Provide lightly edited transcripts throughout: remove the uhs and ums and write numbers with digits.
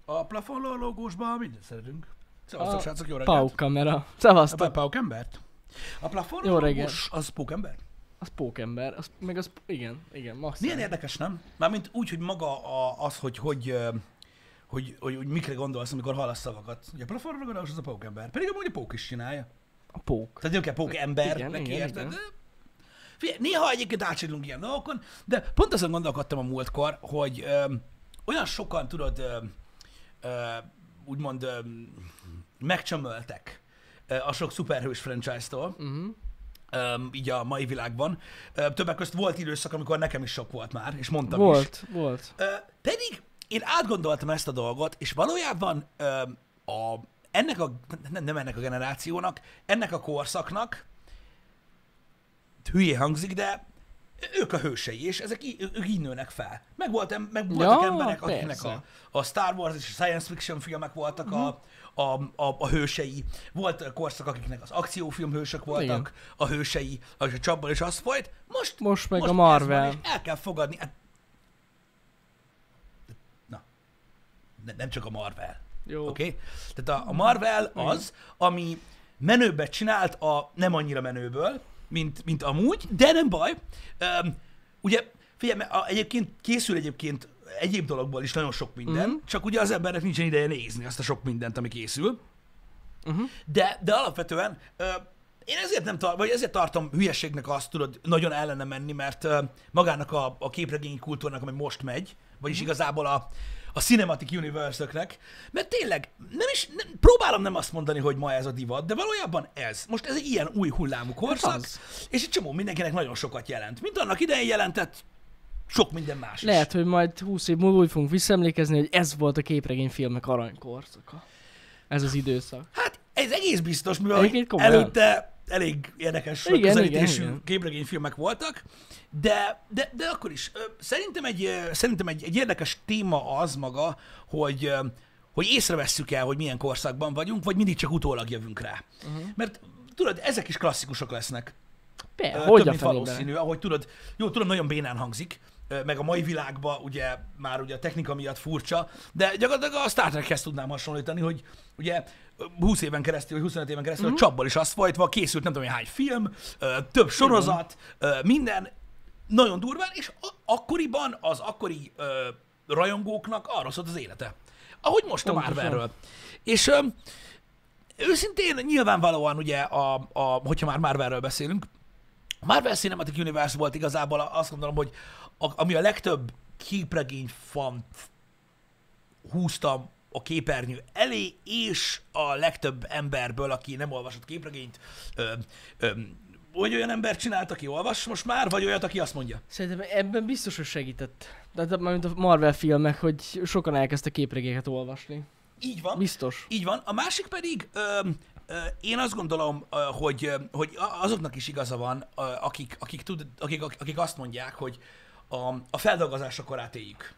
A plafonról logósban mindent szeretünk. Szevasztok, srácok, jó reggelt. Pau kamera. A Szevasztok. Paukembert? A plafonról Jó reggelt. logós, az Pókember? Az pókember. Az, meg az, igen, maximum. Milyen érdekes, nem? Mármint úgy, hogy maga az, hogy mikre gondolsz, amikor hallasz szavakat. Ugye a plafonról logós, az a Pókember. Pedig amúgy a Pók is csinálja. A pók. Tehát nem kell Pókember Igen, neki, igen, érted? igen. De figyelj, néha egyébként átsidulunk ilyen dolgokon, de pont azon gondolkodtam a múltkor, hogy olyan sokan, tudod, úgymond megcsömöltek a sok szuperhős franchise-tól, így a mai világban. Többek között volt időszak, amikor nekem is sok volt már, és mondtam is. Volt. Pedig én átgondoltam ezt a dolgot, és valójában nem ennek a generációnak, ennek a korszaknak, hülyé hangzik, de ők a hősei, és ők így nőnek fel. Meg voltak emberek, akiknek persze. a Star Wars és a science fiction filmek voltak a hősei. Volt korszak, akiknek az akciófilm hősök voltak Igen. a hősei, és a csapból is az folyt. Most meg a ez Marvel. van, és el kell fogadni. Na, nem csak a Marvel. Jó. Oké? Tehát a Marvel az, ami menőbbet csinált a nem annyira menőből, mint amúgy, de nem baj. Ugye, figyelj, egyébként készül egyéb dologból is nagyon sok minden, csak ugye az embernek nincsen ideje nézni azt a sok mindent, ami készül. De alapvetően én ezért tartom hülyeségnek azt, tudod, nagyon ellene menni, mert magának a képregényi kultúrnak, ami most megy, vagyis igazából a Cinematic Universe-öknek, mert tényleg próbálom nem azt mondani, hogy ma ez a divat, de valójában ez. Most ez egy ilyen új hullámú korszak, az. és egy csomó mindenkinek nagyon sokat jelent. Mint annak idején jelentett sok minden más is. Lehet, hogy majd 20 év múlva úgy fogunk visszaemlékezni, hogy ez volt a képregényfilmek aranykorszaka. Ez az időszak. Hát ez egész biztos, mivel Egyébként komolyan. előtte elég érdekes Igen, közelítésű igen. képregényfilmek voltak, de akkor is szerintem egy érdekes téma az maga, hogy észrevesszük el, hogy milyen korszakban vagyunk, vagy mindig csak utólag jövünk rá. Mert tudod, ezek is klasszikusok lesznek. Hogy Több a mint fenébe? valószínű, ahogy tudod, tudom, nagyon bénán hangzik, meg a mai világban ugye már ugye a technika miatt furcsa, de gyakorlatilag a Star Trekhez tudnám hasonlítani, hogy ugye 20 éven keresztül, vagy 25 éven keresztül a csapból is azt folytva, készült nem tudom hány film, több sorozat, minden nagyon durván, és akkoriban az akkori rajongóknak arra szólt az élete. Ahogy most a Pontosan. Marvelről. És őszintén nyilvánvalóan ugye, hogyha már Marvelről beszélünk, a Marvel Cinematic Universe volt igazából azt gondolom, hogy ami a legtöbb képregény fant húztam a képernyő elé, és a legtöbb emberből, aki nem olvasott képregényt, vagy olyan ember csinált, aki olvas most már, vagy olyat, aki azt mondja. Szerintem ebben biztos, hogy segített. Tehát mint a Marvel filmek, hogy sokan elkezdtek képregényeket olvasni. Így van. Biztos. Így van. A másik pedig, én azt gondolom, hogy azoknak is igaza van, akik azt mondják, hogy a feldolgozásra korát éljük.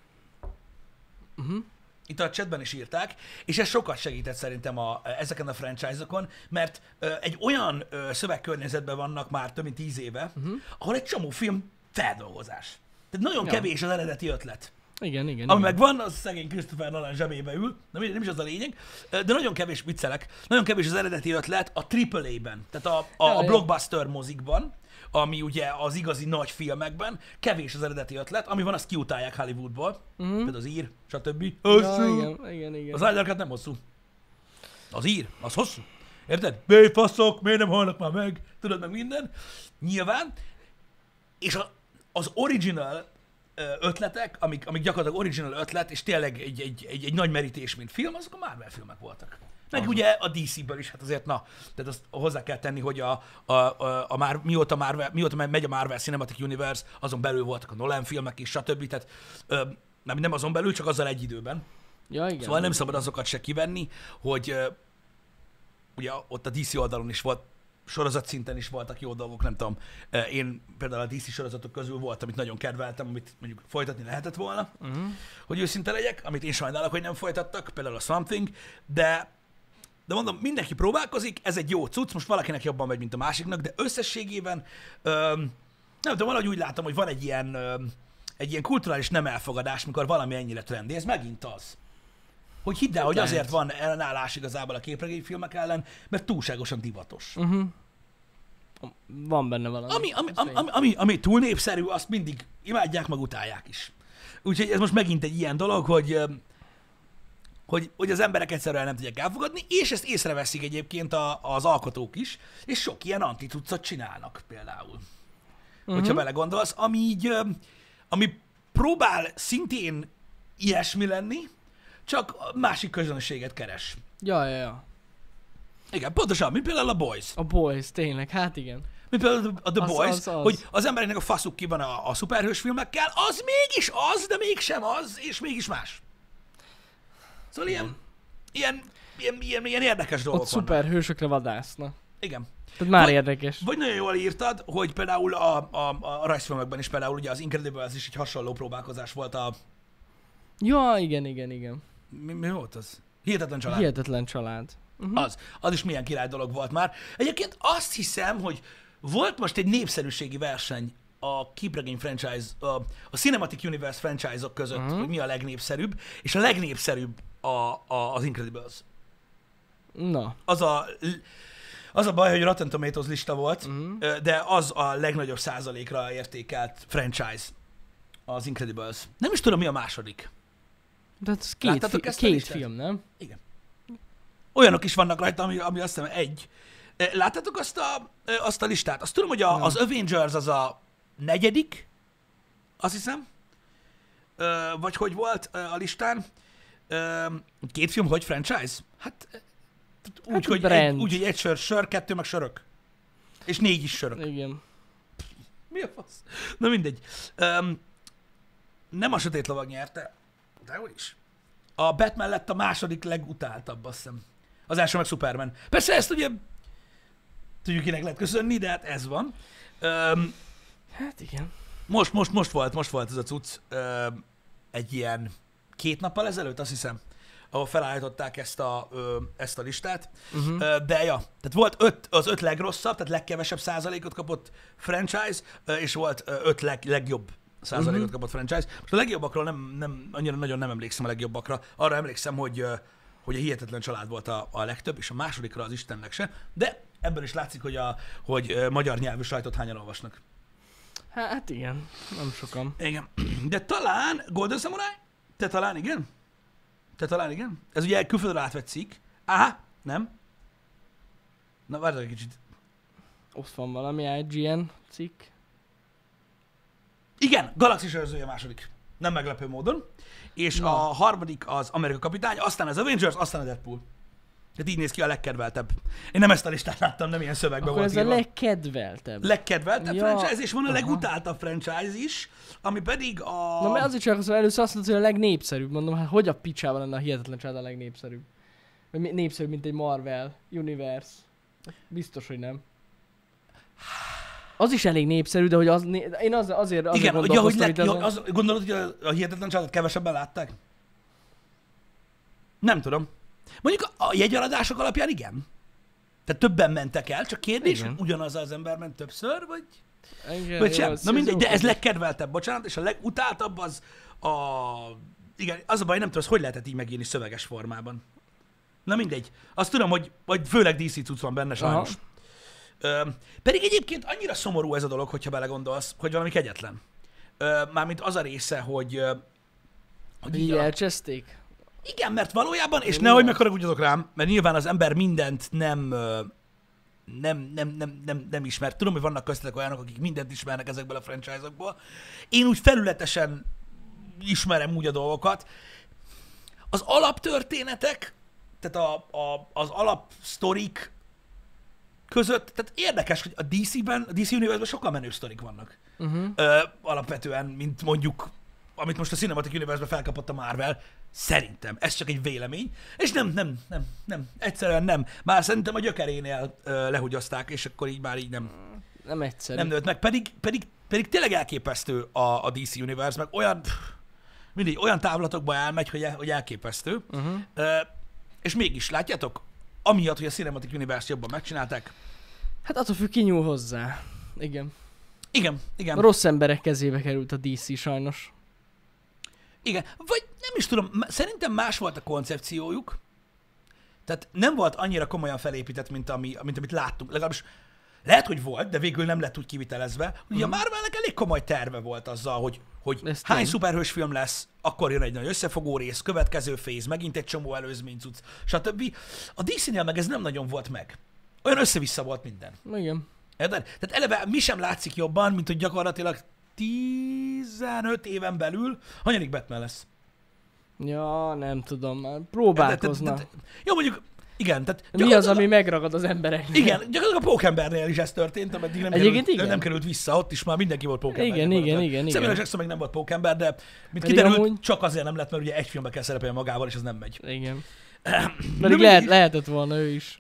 Itt a chatben is írták, és ez sokat segített szerintem ezeken a franchise-okon, mert egy olyan szövegkörnyezetben vannak már több mint 10 éve, ahol egy csomó film feldolgozás. Tehát nagyon kevés az eredeti ötlet. Igen. Ami megvan, az szegény Christopher Nolan zsebébe ül, nem is az a lényeg, de nagyon kevés, viccelek, nagyon kevés az eredeti ötlet a AAA-ben, tehát a blockbuster mozikban, ami ugye az igazi nagy filmekben, kevés az eredeti ötlet, ami van, azt kiutálják Hollywoodból, például az ír, stb. Hosszú. Igen. Az Snyder nem hosszú. Az ír, az hosszú. Érted? Béfaszok, miért nem halnak már meg? Tudod, meg minden. Nyilván. És az original ötletek, amik gyakorlatilag original ötlet, és tényleg egy nagy merítés, mint film, azok a Marvel filmek voltak. Meg ugye a DC-ből is, hát azért tehát azt hozzá kell tenni, hogy mióta megy a Marvel Cinematic Universe, azon belül voltak a Nolan filmek is, stb. Tehát nem azon belül, csak azzal egy időben. Ja, igen. Szóval nem szabad azokat se kivenni, hogy ugye ott a DC oldalon is volt, sorozat szinten is voltak jó dolgok, nem tudom. Én például a DC sorozatok közül volt, amit nagyon kedveltem, amit mondjuk folytatni lehetett volna, hogy őszinte legyek, amit én sajnálok, hogy nem folytattak, például a Something, de mondom, mindenki próbálkozik, ez egy jó cucc, most valakinek jobban megy, mint a másiknak, de összességében nem tudom, valahogy úgy látom, hogy van egy ilyen kulturális nem elfogadás, mikor valami ennyire trendi, ez megint az. hogy hidd el, hogy Lehet. azért van ellenállás igazából a képregényfilmek ellen, mert túlságosan divatos. Van benne valami. Ami túl népszerű, azt mindig imádják, meg utálják is. Úgyhogy ez most megint egy ilyen dolog, hogy az emberek egyszerűen nem tudják elfogadni, és ezt észreveszik egyébként az alkotók is, és sok ilyen anticuccot csinálnak például. Hogyha belegondolsz, ami így, ami próbál szintén ilyesmi lenni, csak másik közönséget keres. Ja. Igen, pontosan, mint például a Boys. A Boys, tényleg, hát igen. Mint például a The Boys, az. hogy az embereknek a faszuk ki van a szuperhős filmekkel, az mégis az, de mégsem az, és mégis más. Szóval ilyen érdekes dolgok Ott vannak. szuperhősökre vadásznak. Igen. Tehát már érdekes. Vagy nagyon jól írtad, hogy például a rajzfilmekben is például ugye az Incredibles is egy hasonló próbálkozás volt a... Ja, igen. Mi volt az? Hihetetlen család. Hihetetlen család. Az is milyen király dolog volt már. Egyébként azt hiszem, hogy volt most egy népszerűségi verseny a képregény franchise, a Cinematic Universe franchise-ok között, hogy mi a legnépszerűbb, és a legnépszerűbb az Incredibles. Na. Az a baj, hogy Rotten Tomatoes lista volt, de az a legnagyobb százalékra értékelt franchise, az Incredibles. Nem is tudom, mi a második. De ez Láttátok ezt a két listát? film, nem? Igen. Olyanok is vannak rajta, ami azt hiszem egy. Láttátok azt a listát? Azt tudom, hogy az Avengers az a negyedik, azt hiszem. Vagy hogy volt a listán. Két film, hogy franchise? Hát úgy, hogy egy sör, kettő meg sörök. És 4 is sörök. Igen. Mi a fasz? Na mindegy. Nem a Sötét Lovag nyerte, de úgyis. A Batman lett a második legutáltabb, azt hiszem. Az első meg Superman. Persze ezt ugye tudjuk, kinek lehet köszönni, de hát ez van. Hát igen. Most volt ez a cucc egy ilyen 2 nappal ezelőtt, azt hiszem, ahol felállították ezt a listát. De ja, tehát volt az 5 legrosszabb, tehát legkevesebb százalékot kapott franchise, és volt 5 legjobb százalékot kapott franchise. Most a legjobbakról nem annyira nagyon nem emlékszem a legjobbakra. Arra emlékszem, hogy a Hihetetlen család volt a legtöbb, és a másodikra az Istennek se. De ebből is látszik, hogy magyar nyelvű sajtot hányan olvasnak. Hát igen, nem sokan. Igen. De talán Golden Samurai? Te talán igen? Ez ugye külföldre átvett cikk. Aha, nem? Na, várj egy kicsit. Ott van valami IGN cikk. Igen, Galaxis őrzője második. Nem meglepő módon. És a harmadik az Amerika kapitány, aztán az Avengers, aztán a Deadpool. Tehát így néz ki a legkedveltebb. Én nem ezt a listát láttam, nem ilyen szövegben akkor volt ez írva. a legkedveltebb. Legkedveltebb franchise, és van a legutáltabb franchise is, ami pedig a... Na, mert azért csak az először azt mondod, hogy a legnépszerűbb. Mondom, hát hogy a picsában lenne a Hihetetlen család a legnépszerűbb? Vagy népszerűbb, mint egy Marvel Universe. Biztos, hogy nem. Az is elég népszerű, de hogy én azért igen, gondolkoztam, hogy gondolod, hogy a Hihetetlen családot kevesebben látták? Nem tudom. Mondjuk a jegyeladások alapján igen. Tehát többen mentek el, csak kérdés, hogy ugyanaz az ember ment többször, vagy... Igen, vagy sem. jó, Na mindegy, de ez legkedveltebb, bocsánat, és a legutáltabb az a... Igen, az a baj, nem tudom, hogy lehetett így megírni szöveges formában. Na mindegy. Azt tudom, hogy főleg DC cucc van benne sajnos. Pedig egyébként annyira szomorú ez a dolog, hogyha belegondolsz, hogy valami kegyetlen. Mármint az a része, hogy így elcseszték? Igen, mert valójában, és nehogy megharagudjatok rám, mert nyilván az ember mindent nem ismer. Tudom, hogy vannak köztetek olyanok, akik mindent ismernek ezekből a franchise-okból. Én úgy felületesen ismerem úgy a dolgokat. Az alaptörténetek, tehát az alapsztorik között, tehát érdekes, hogy a DC-ben, a DC Universe-ben sokkal menőbb sztorik vannak. Alapvetően, mint mondjuk, amit most a Cinematic Universe-ben felkapott a Marvel. Szerintem. Ez csak egy vélemény. És nem. Egyszerűen nem. Már szerintem a gyökerénél lehugyozták, és akkor így már így nem. Nem egyszerű. Nem nőtt meg. Pedig tényleg elképesztő a DC Universe, meg olyan távlatokba elmegy, hogy elképesztő. És mégis, látjátok? Amiatt, hogy a Cinematic Universe jobban megcsinálták. Hát attól függ, ki nyúl hozzá. Igen. Igen. Rossz emberek kezébe került a DC sajnos. Igen, vagy nem is tudom, szerintem más volt a koncepciójuk, tehát nem volt annyira komolyan felépített, mint amit láttunk. Legalábbis lehet, hogy volt, de végül nem lett úgy kivitelezve. Ugye a Marvelnek elég komoly terve volt azzal, hogy hány szuperhős film lesz, akkor jön egy nagy összefogó rész, következő phase, megint egy csomó előzmény cucc, stb. A DC-nél meg ez nem nagyon volt meg. Olyan össze-vissza volt minden. Igen. Érted? Tehát eleve mi sem látszik jobban, mint hogy gyakorlatilag 15 éven belül hanyadik Batman lesz. Ja, nem tudom, már próbálkoznak. Jó, mondjuk, igen, tehát... Mi az, ami megragad az embereknek? Igen, gyakorlatilag a Pókembernél is ez történt, ameddig nem került vissza, ott is már mindenki volt Pókember. Igen. Samuel Jackson meg nem volt Pókember, de mint kiderült, csak azért nem lett, mert ugye egy filmbe kell szerepelni magával, és az nem megy. Igen. Pedig lehetett volna ő is.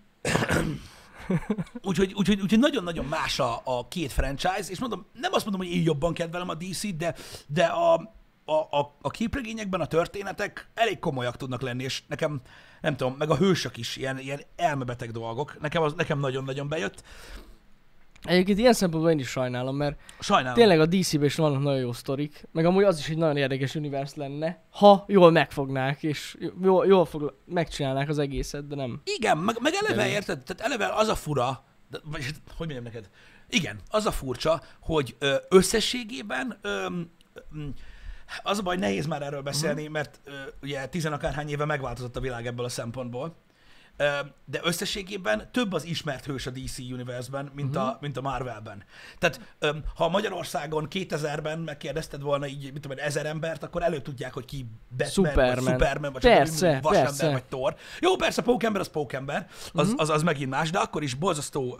Úgyhogy nagyon-nagyon más a két franchise, és mondom, nem azt mondom, hogy én jobban kedvelem a DC-t, de a képregényekben a történetek elég komolyak tudnak lenni, és nekem, nem tudom, meg a hősök is ilyen elmebeteg dolgok. Nekem nagyon-nagyon bejött. Egyébként ilyen szempontból én is sajnálom, mert tényleg a DC-ben is vannak nagyon jó sztorik, meg amúgy az is egy nagyon érdekes univerz lenne, ha jól megfognák, és jól megcsinálnák az egészet, de nem. Igen, meg eleve érted, tehát eleve az a fura, vagy hogy mondjam neked, igen, az a furcsa, hogy összességében az a baj, nehéz már erről beszélni, mert ugye 10 akárhány éve megváltozott a világ ebből a szempontból, de összességében több az ismert hős a DC Universe-ben, mint a Marvelben. Tehát ha Magyarországon 2000-ben megkérdezted volna így, mit tudom, 1000 embert, akkor előbb tudják, hogy ki Batman, vagy Superman, vagy Vasember, vagy Thor. Jó, persze, Pókember az Pókember, az megint más, de akkor is borzasztó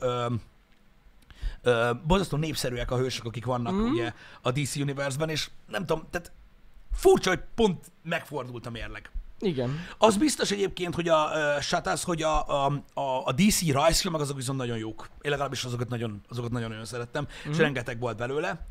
népszerűek a hősök, akik vannak ugye a DC Universe-ben, és nem tudom, tehát furcsa, hogy pont megfordult a mérleg. Igen. Az biztos egyébként, hogy hogy a DC rajzfilmek azok viszont nagyon jók. Én legalábbis azokat nagyon-nagyon szerettem, és rengeteg volt belőle.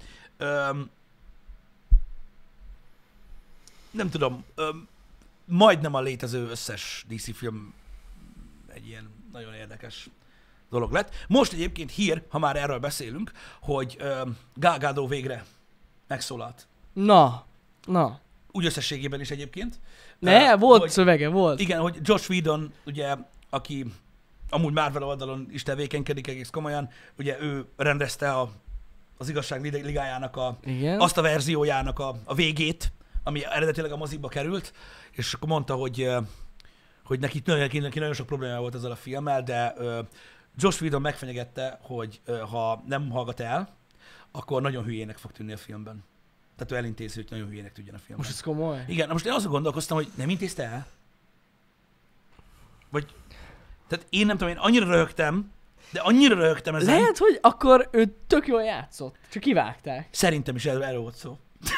Nem tudom, majdnem a létező összes DC film egy ilyen nagyon érdekes dolog lett. Most egyébként hír, ha már erről beszélünk, hogy Gal Gadot végre megszólalt. Na. Úgy összességében is egyébként. Volt szövege, volt. Igen, hogy Joss Whedon, ugye, aki amúgy Marvel oldalon is tevékenykedik egész komolyan, ugye ő rendezte az Igazság Ligájának azt a verziójának a végét, ami eredetileg a mozikba került, és akkor mondta, hogy neki nagyon sok probléma volt ezzel a filmmel, de Joss Whedon megfenyegette, hogy ha nem hallgat el, akkor nagyon hülyének fog tűnni a filmben. Tehát ő elintézi, hogy nagyon hülyének tudjon a filmben. Most ez komoly? Igen, most én azon gondolkoztam, hogy nem intézte el? Vagy... Tehát én nem tudom, én annyira röhögtem ezen. Lehet, hogy akkor ő tök jól játszott, csak kivágták. Szerintem is erről volt szó.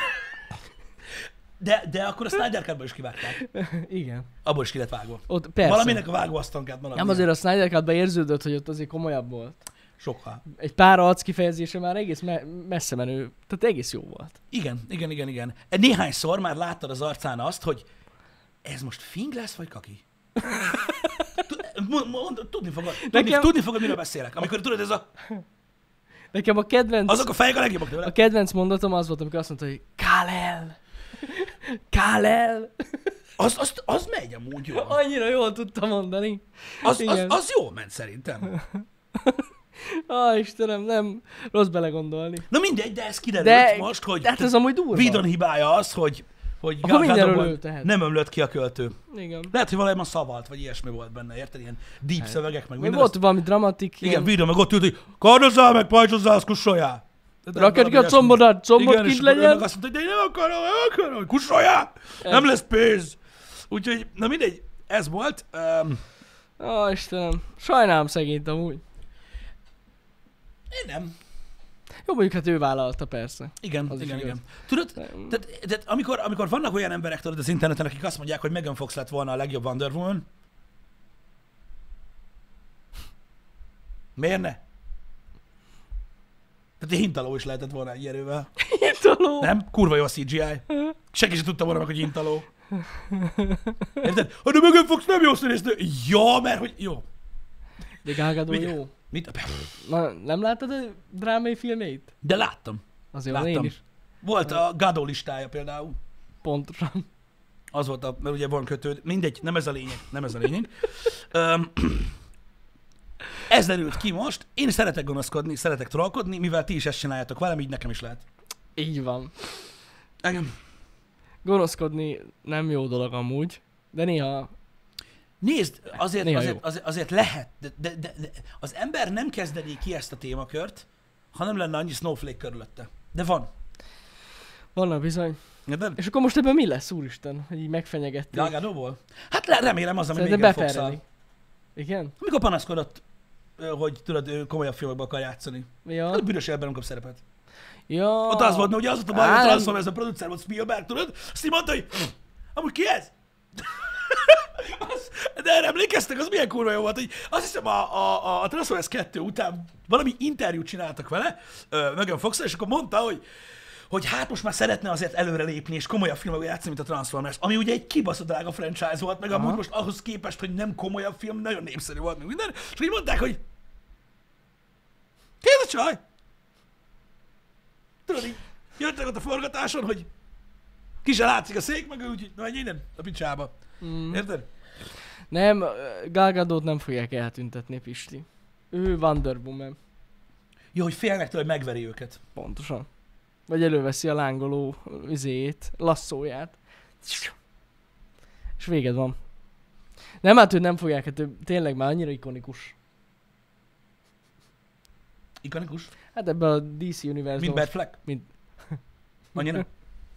De akkor a Snyder Cut-ban is kivágták. Igen. Abból is ki lett vágva. Ott persze. Valaminek a vágóasztalon kellett maradni. Nem, azért a Snyder Cut-ban érződött, hogy ott azért komolyabb volt. Sokkal. Egy pár arc kifejezése már egész messze menő, tehát egész jó volt. Igen. Néhányszor már láttad az arcán azt, hogy ez most fing lesz, vagy kaki? Tudni fogod, miről beszélek. Amikor tudod, ez a... Nekem a kedvenc... Azok a fejek a legjobbak tőle. A kedvenc mondatom az volt, amikor azt mondta, hogy Kál-el. Az megy amúgy jól. Annyira jól tudta mondani. Az jól ment szerintem. Istenem, nem rossz belegondolni. Na mindegy, de ez kiderült most, hogy... Tehát ez amúgy durva. Whedon hibája az, hogy Gal Gadotból nem ömlött ki a költő. Igen. Lehet, hogy valami szavalt, vagy ilyesmi volt benne, érted? Ilyen deep szövegek, meg minden. Volt valami dramatik. Igen, Whedon meg ott ült, hogy kardozzál meg, pajcsozzál, kussoljál. Raked ki a combodat, combod kint legyen. Igen, és azt mondta, hogy én nem akarom, kussoljál, nem lesz pénz. Úgyhogy, na mindegy, ez volt. Istenem, sajnálom szegényt amúgy. Én nem. Jó, mondjuk hát ő vállalta, persze. Igen. Tudod, tehát amikor vannak olyan emberek tudod az interneten, akik azt mondják, hogy Megan Fox lett volna a legjobb Wonder Woman, miért ne? Tehát hintaló is lehetett volna egy erővel. Hintaló? Nem? Kurva jó a CGI. Senki sem tudta volna meg, hogy hintaló. Érted? De Megan Fox nem jó színésznő. Ja, mert hogy jó. De Gal Gadot jó. Mit? Na, nem láttad a drámai filmjeit? De láttam. Azért láttam. Én is. Volt a Gadot listája például. Pontosan. Az volt mert ugye van kötőd. Mindegy, nem ez a lényeg. Nem ez a lényeg. Öm, ez derült ki most. Én szeretek gonoszkodni, szeretek trollkodni, mivel ti is ezt csináljátok velem, így nekem is lehet. Így van. Engem. Gonoszkodni nem jó dolog amúgy, de néha... Nézd, Néha azért lehet, de az ember nem kezdené ki ezt a témakört, ha nem lenne annyi snowflake körülötte. De van. Vannak bizony. De És akkor most ebben mi lesz, úristen, hogy így megfenyegették? Delgado-ból? Hát remélem az, ami még Szerintem fogsz beperelni. Igen? Amikor panaszkodott, hogy tudod, ő komolyabb filmekben akar játszani. Ja. Hát a Bűnös életben nem kap szerepet. Ja. Ott az volt, hogy az volt a baj, hogy Transformers a producer volt Spielberg, tudod? Azt így mondta, hogy amúgy ki ez? De erre emlékeztek, az milyen kurva jó volt, hogy azt hiszem a Transformers 2 után valami interjút csináltak vele, Megan fox, és akkor mondta, hogy hát most már szeretne azért előrelépni, és komolyabb filmekben játszani, mint a Transformers, ami ugye egy kibaszott drága franchise volt, meg amúgy most ahhoz képest, hogy nem komolyabb film, nagyon népszerű volt, meg minden, és így mondták, hogy ki ez a csaj? Tudod, így jöttek ott a forgatáson, hogy ki se látszik a szék, meg ő úgy, na menj innen, a picsába. Érted? Nem, Gal Gadot nem fogják eltüntetni, Pisti. Ő Wonder Woman. Jó, hogy félnek tőle, hogy megveri őket. Pontosan. Vagy előveszi a lángoló lasszóját. És véged van. Nem, hát őt nem fogják, hát ő tényleg már annyira ikonikus. Ikonikus? Hát ebben a DC univerzumban. Mint Batfleck? Mint... Annyira?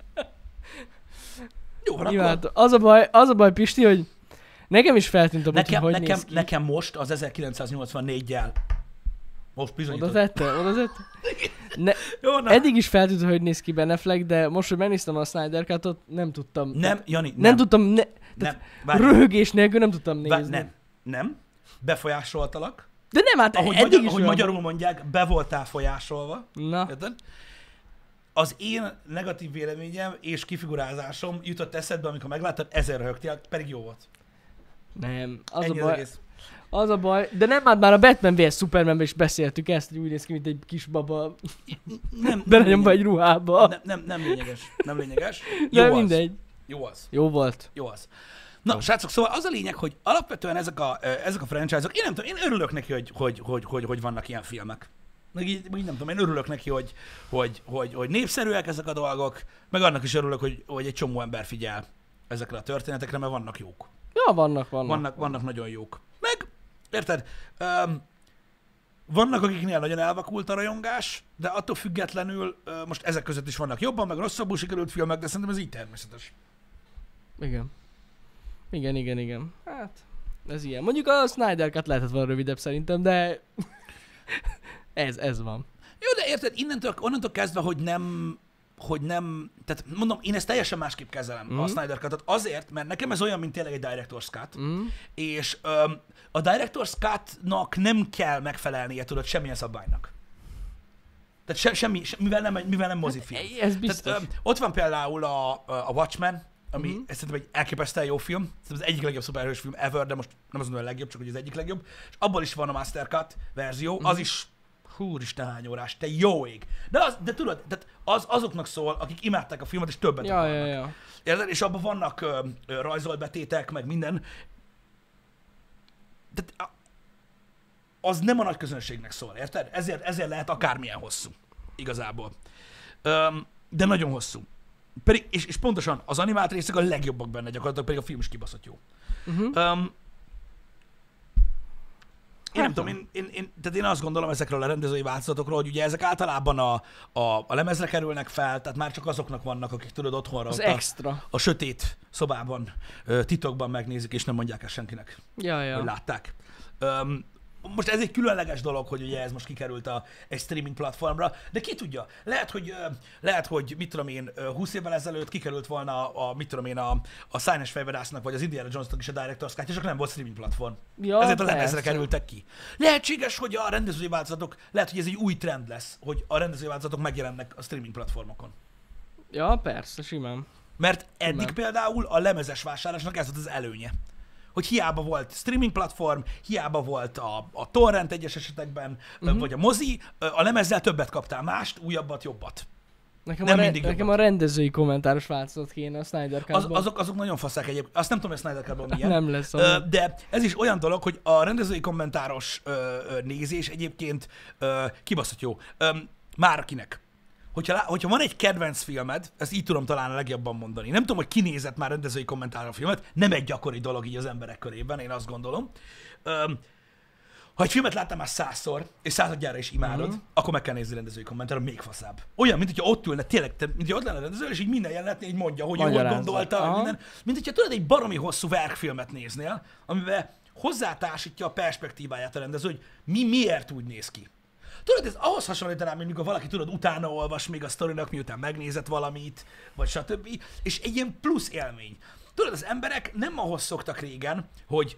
Jó van, Jó, akkor... hát az a baj, Pisti, hogy nekem is feltűnt a bot, hogy néz ki. Nekem most az 1984-jel most bizonyított. Oda tette? Jó, na. Eddig is feltűnt, hogy néz ki Ben Affleck, de most, hogy megnéztem a Snyder Cut-ot, nem tudtam. Nem, Jani, nem tudtam, nem. Röhögés nélkül nem tudtam nézni. Nem. Befolyásoltalak. De nem, hát eddig is ahogy magyarul mondják, be voltál folyásolva. Na. Érted? Az én negatív véleményem és kifigurázásom jutott eszedbe, amikor megláttad, 1000 röhögtél, pedig jó volt. Nem, Ennyi az a baj, de nem, hát már a Batman vs Supermanben is beszéltük ezt, hogy úgy néz ki, mint egy kis baba belenyomva egy ruhába. Nem lényeges. Nem lényeges. De mindegy. Jó az. Jó volt. Jó az. Na, srácok, szóval az a lényeg, hogy alapvetően ezek a franchise-ok, én nem tudom, én örülök neki, hogy vannak ilyen filmek. Így nem tudom, én örülök neki, hogy népszerűek ezek a dolgok, meg annak is örülök, hogy egy csomó ember figyel ezekre a történetekre, mert vannak jók. Ja, vannak. Vannak nagyon jók. Meg, érted, vannak, akiknél nagyon elvakult a rajongás, de attól függetlenül most ezek között is vannak jobban, meg rosszabbul sikerült filmek, de szerintem ez így természetes. Igen. Hát, ez ilyen. Mondjuk a Snyder Cut lehetett volna rövidebb szerintem, de ez van. Jó, de érted, onnantól kezdve, hogy nem, tehát mondom, én ezt teljesen másképp kezelem, a Snyder Cut-ot, azért, mert nekem ez olyan, mint tényleg egy Director's Cut, és a Director's Cut-nak nem kell megfelelnie, tudod, semmilyen szabálynak. Tehát mivel nem mozifilm. Ez biztos. Tehát, ott van például a Watchmen, ami szerintem egy elképesztően jó film, szerintem az egyik legjobb szuperhős film ever, de most nem az a legjobb, csak hogy az egyik legjobb, és abból is van a Master Cut verzió, az is húristen hány órás, te jó ég. De tudod, azoknak szól, akik imádták a filmet, és többet akarnak. Ja. Érted? És abban vannak rajzolt betétek, meg minden. Tehát az nem a nagy közönségnek szól, érted? Ezért lehet akármilyen hosszú, igazából. De nagyon hosszú. Pedig, és pontosan az animált részek a legjobbak benne gyakorlatilag, pedig a film is kibaszott jó. Én nem tudom, tehát én azt gondolom ezekről a rendezői változatokról, hogy ugye ezek általában a lemezre kerülnek fel, tehát már csak azoknak vannak, akik tudod otthonra az extra. A sötét szobában, titokban megnézik, és nem mondják el senkinek, hogy látták. Most ez egy különleges dolog, hogy ugye ez most kikerült egy streaming platformra, de ki tudja, lehet, hogy mit tudom én, 20 évvel ezelőtt kikerült volna a Szárnyas fejvadásznak, vagy az Indiana Jonesnak is a Director's Cut, csak nem volt streaming platform. Ja, ezért a lemezre kerültek ki. Lehetséges, hogy a rendezői változatok, lehet, hogy ez egy új trend lesz, hogy a rendezői változatok megjelennek a streaming platformokon. Ja, persze, simán. Mert eddig például a lemezes vásárlásnak ez volt az előnye. Hogy hiába volt streaming platform, hiába volt a torrent egyes esetekben, vagy a mozi, a lemezzel többet kaptál, mást, újabbat, jobbat. Nekem a rendezői kommentáros változat kéne a Snyder Cut-ban. Azok nagyon faszák egyébként. Azt nem tudom, hogy a Snyder Cut-ban milyen. Nem lesz. De ez is olyan dolog, hogy a rendezői kommentáros nézés egyébként kibaszott jó. Már akinek. Hogyha van egy kedvenc filmed, ezt így tudom talán a legjobban mondani. Nem tudom, hogy ki nézett már rendezői kommentáros filmet, nem egy gyakori dolog így az emberek körében, én azt gondolom. Ha egy filmet láttál már 100-szor, és 100-adjára is imádod, akkor meg kell nézni rendezői kommentáron, még faszább. olyan, mint hogyha ott ülne, tényleg, mint hogyha ott lenne a rendező, és így minden jelenet így mondja, hogy jól gondolta, minden, mint hogyha tudod, egy baromi hosszú verkfilmet néznél, amiben hozzátársítja a perspektíváját a rendező, hogy miért úgy néz ki. Tudod, ez ahhoz hasonlítanám, mint amikor valaki, tudod, utána olvas még a sztorinak, miután megnézett valamit, vagy stb. És egy ilyen plusz élmény. Tudod, az emberek nem ahhoz szoktak régen,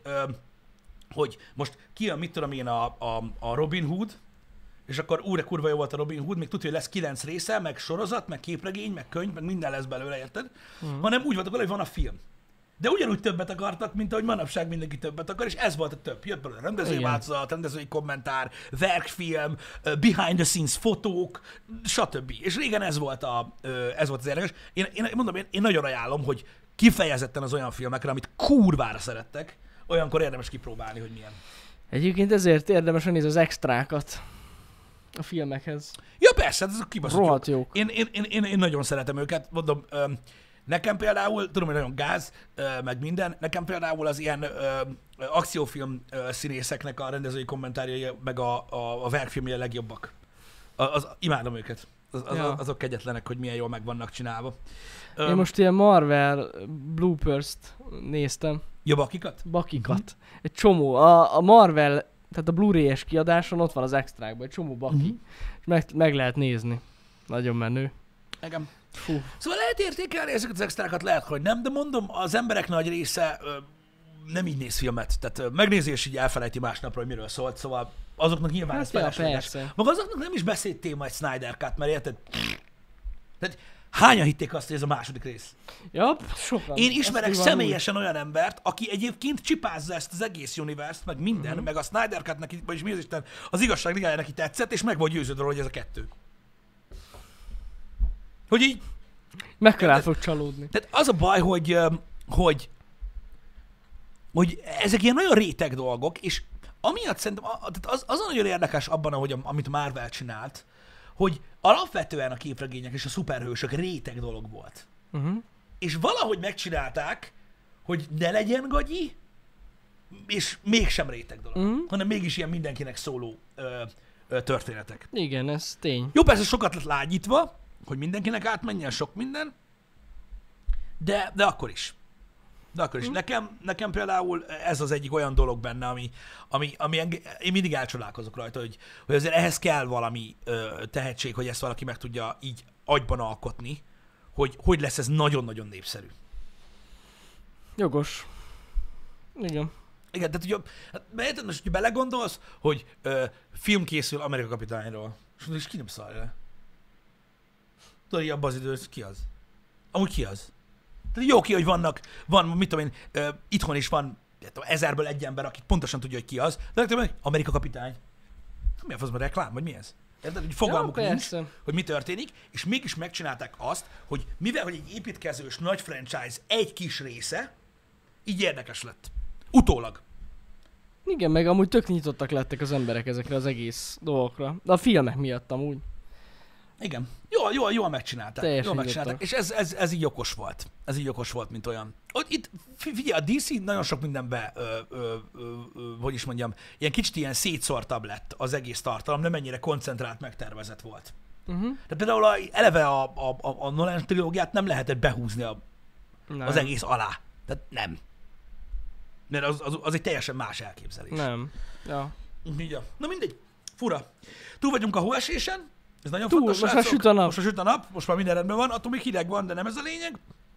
hogy most kijön, mit tudom én, a Robin Hood, és akkor újra kurva jó volt a Robin Hood, még tudja, hogy lesz 9 része, meg sorozat, meg képregény, meg könyv, meg minden lesz belőle, érted? Hanem úgy voltak vele, hogy van a film. De ugyanúgy többet akartak, mint ahogy manapság mindenki többet akar, és ez volt a több. Jött belőle rendezői változat, rendezői kommentár, verkfilm, behind the scenes fotók, stb. És régen ez volt az érdekes. Én nagyon ajánlom, hogy kifejezetten az olyan filmekre, amit kurvára szerettek, olyankor érdemes kipróbálni, hogy milyen. Egyébként ezért érdemes nézni az extrákat a filmekhez. Ja persze, ez kibaszott rohadt jók. Én nagyon szeretem őket, mondom, nekem például, tudom, hogy nagyon gáz, meg minden, nekem például az ilyen akciófilm színészeknek a rendezői kommentárjai, meg a verkfilmje a legjobbak. Imádom őket. Azok kegyetlenek, hogy milyen jól meg vannak csinálva. Én most ilyen Marvel bloopers-t néztem. Ja, bakikat? Bakikat. Egy csomó. A Marvel, tehát a Blu-ray-es kiadáson ott van az extrákban, egy csomó baki. És meg lehet nézni. Nagyon menő. Igen. Szóval lehet értékelni ezeket az extrákat, lehet, hogy nem, de mondom, az emberek nagy része nem így néz filmet. Tehát megnézi, és így elfelejti másnapra, hogy miről szólt, szóval azoknak nyilván ez felesleges. Maga azoknak nem is beszédtéma egy Snyder Cut, mert érted? Tehát hányan hitték azt, hogy ez a második rész? Sokan. Én ismerek személyesen olyan embert, aki egyébként csipázza ezt az egész universe-t, meg minden, meg a Snyder Cut neki, vagyis mi az Isten, az igazság ligája neki tetszett, és meg volt győződve, hogy ez a kettő. Hogy így... Mekkora fog csalódni. Tehát az a baj, hogy ezek ilyen nagyon réteg dolgok, és amiatt szerintem, az a nagyon érdekes abban, amit Marvel csinált, hogy alapvetően a képregények és a szuperhősök réteg dolog volt. És valahogy megcsinálták, hogy ne legyen gagyi, és mégsem réteg dolog, hanem mégis ilyen mindenkinek szóló történetek. Igen, ez tény. Jó, persze sokat lett lágyítva, hogy mindenkinek átmenjen sok minden, de akkor is. Nekem például ez az egyik olyan dolog benne, ami én mindig elcsodálkozok rajta, hogy azért ehhez kell valami tehetség, hogy ezt valaki meg tudja így agyban alkotni, hogy lesz ez nagyon-nagyon népszerű. Jogos. Igen. Igen, tehát ugye, most, hogy belegondolsz, hogy film készül Amerika kapitányról, és ki nem szarja le? Tudod, hogy abban az időt ki az? Amúgy ki az? Tehát jó ki, hogy van, mit tudom én, itthon is van 1000-ből egy ember, aki pontosan tudja, hogy ki az, de legtöbben Amerika kapitány. Mi a faszban reklám, vagy mi ez? Érted, hogy fogalmuk nincs, hogy mi történik, és mégis megcsinálták azt, hogy mivel, hogy egy építkezős nagy franchise egy kis része, így érdekes lett. Utólag. Igen, meg amúgy tök nyitottak lettek az emberek ezekre az egész dolgokra. De a filmek miatt amúgy. Igen. Jól megcsinálták. Jól megcsinálták. És ez így okos volt. Ez így okos volt, mint olyan. Itt, figyelj, a DC nagyon sok mindenbe, hogy is mondjam, ilyen kicsit ilyen szétszórtabb lett az egész tartalom, nem ennyire koncentrált, megtervezett volt. De például eleve a Nolan trilógiát nem lehetett behúzni az egész alá. Tehát nem. Mert az egy teljesen más elképzelés. Nem. Ja. Na mindegy. Fura. Túl vagyunk a hóesésen. Ez nagyon fontos, most már süt a nap. Most már süt a nap, most már minden rendben van, attól még hideg van, de nem ez a lényeg.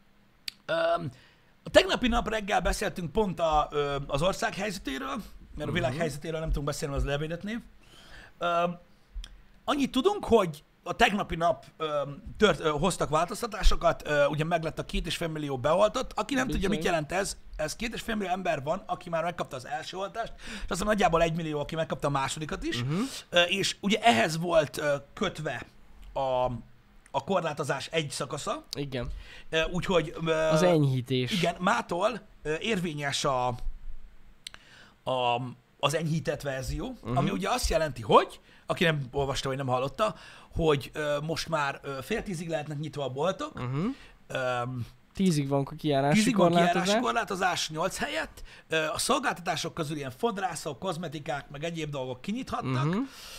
A tegnapi nap reggel beszéltünk pont az ország helyzetéről, mert a világ helyzetéről nem tudunk beszélni, az levédett név. Annyit tudunk, hogy a tegnapi nap hoztak változtatásokat, ugye meglett a 2,5 millió beoltott. Aki nem tudja, mit jelent ez 2,5 millió ember van, aki már megkapta az első oltást, és aztán nagyjából 1 millió, aki megkapta a másodikat is. És ugye ehhez volt kötve a korlátozás egy szakasza, Igen. úgyhogy... Az enyhítés. Igen, mától érvényes az enyhített verzió, ami ugye azt jelenti, hogy, aki nem olvasta, vagy nem hallotta, hogy most már fél 10-ig lehetnek nyitva a boltok, 10-ig van kijárási 10-ig van korlátozás. kijárási korlátozás 8 helyett, a szolgáltatások közül ilyen fodrászok, kozmetikák, meg egyéb dolgok kinyithatnak,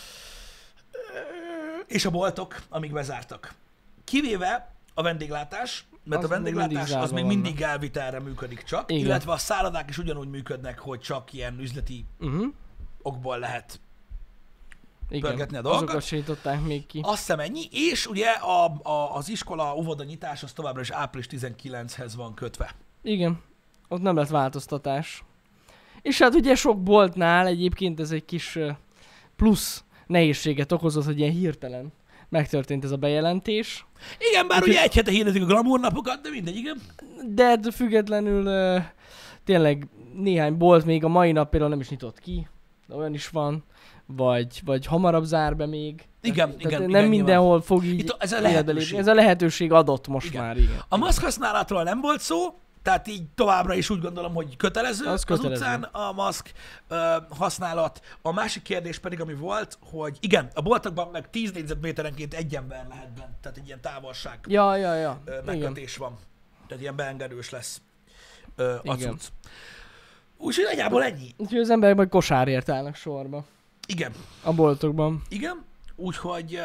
és a boltok, amíg bezártak. Kivéve a vendéglátás, mert Az a vendéglátás még az még mindig mindig elvitelre működik csak, Igen. illetve a szállodák is ugyanúgy működnek, hogy csak ilyen üzleti okból lehet pörgetni a dolgokat. Azokat se nyitották még ki. Azt hiszem ennyi, és ugye az iskola óvoda nyitás az továbbra is április 19-hez van kötve. Igen, ott nem lett változtatás. És hát ugye sok boltnál egyébként ez egy kis plusz nehézséget okozott, hogy ilyen hirtelen megtörtént ez a bejelentés. Igen, bár ugye egy hete hirdetik a glamour napokat, de mindegy, igen. De ettől függetlenül tényleg néhány bolt még a mai nap például nem is nyitott ki, de olyan is van, vagy hamarabb zár be még. Igen, Tehát nem igen, mindenhol fog így itt ez a életbe lehetőség. lépni. Ez a lehetőség adott most Igen. már, igen. A maszk használatról nem volt szó, tehát így továbbra is úgy gondolom, hogy kötelező Az az utcán a maszk használat. A másik kérdés pedig, ami volt, hogy igen, a boltokban meg 10 négyzetméterenként egy ember lehet bent, tehát egy ilyen távolság Ja. megkötés van. Tehát ilyen beengedős lesz a Igen. cucc. Úgyhogy nagyjából ennyi. Úgyhogy az emberek majd kosárért állnak sorba. Igen, A boltokban. igen. Úgyhogy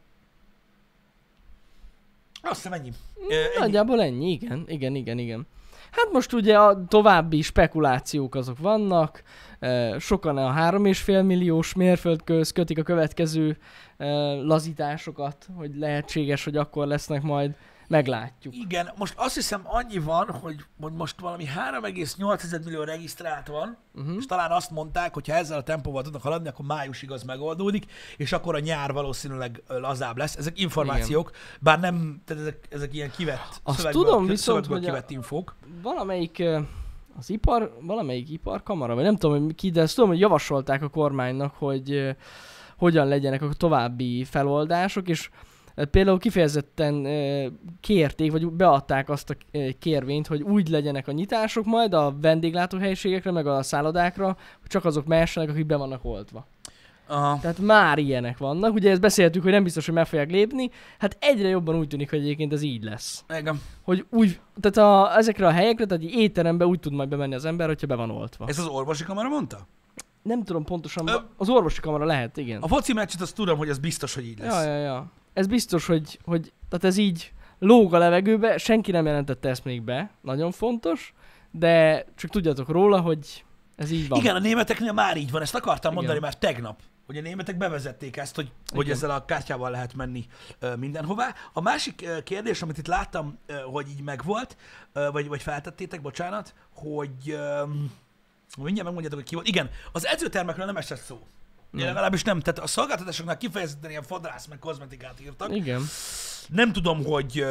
azt hiszem ennyi. Ennyi. Nagyjából ennyi, igen. Hát most ugye a további spekulációk azok vannak, sokan a 3,5 milliós mérföldköz kötik a következő lazításokat, hogy lehetséges, hogy akkor lesznek majd, meglátjuk. Igen, most azt hiszem annyi van, hogy most valami 3,8 millió regisztrált van, és talán azt mondták, hogy ha ezzel a tempóval tudnak haladni, akkor májusig az megoldódik, és akkor a nyár valószínűleg lazább lesz. Ezek információk, bár nem, tehát ezek ilyen kivett Azt tudom viszont, szövegből hogy kivett infók. valamelyik valamelyik iparkamara, vagy nem tudom, hogy ki, de azt tudom, hogy javasolták a kormánynak, hogy hogyan legyenek a további feloldások, és például kifejezetten kérték, vagy beadták azt a kérvényt, hogy úgy legyenek a nyitások majd a vendéglátóhelyiségekre, meg a szállodákra, hogy csak azok mehessenek, akik be vannak oltva. Aha. Tehát már ilyenek vannak. Ugye ezt beszéltük, hogy nem biztos, hogy meg fogják lépni. Hát egyre jobban úgy tűnik, hogy egyébként ez így lesz. Igen. Hogy úgy, tehát ezekre a helyekre, tehát egy étterembe úgy tud majd bemenni az ember, hogyha be van oltva. Ez az orvosi kamara mondta? Nem tudom pontosan, az orvosi kamara lehet, igen. A foci meccset azt tudom, hogy ez biztos, hogy így lesz. Ja. Ez biztos, hogy tehát ez így lóg a levegőbe, senki nem jelentette ezt még be, nagyon fontos, de csak tudjatok róla, hogy ez így van. Igen, a németeknél már így van, ezt akartam Igen. mondani már tegnap, hogy a németek bevezették ezt, hogy ezzel a kártyával lehet menni mindenhová. A másik kérdés, amit itt láttam, hogy így megvolt, vagy feltettétek, bocsánat, hogy mindjárt megmondjátok, hogy ki volt. Igen, az edzőtermekről nem esett szó. Legalábbis nem, tehát a szolgáltatásoknál kifejezetten ilyen fodrász meg kozmetikát írtak. Igen. Nem tudom, hogy...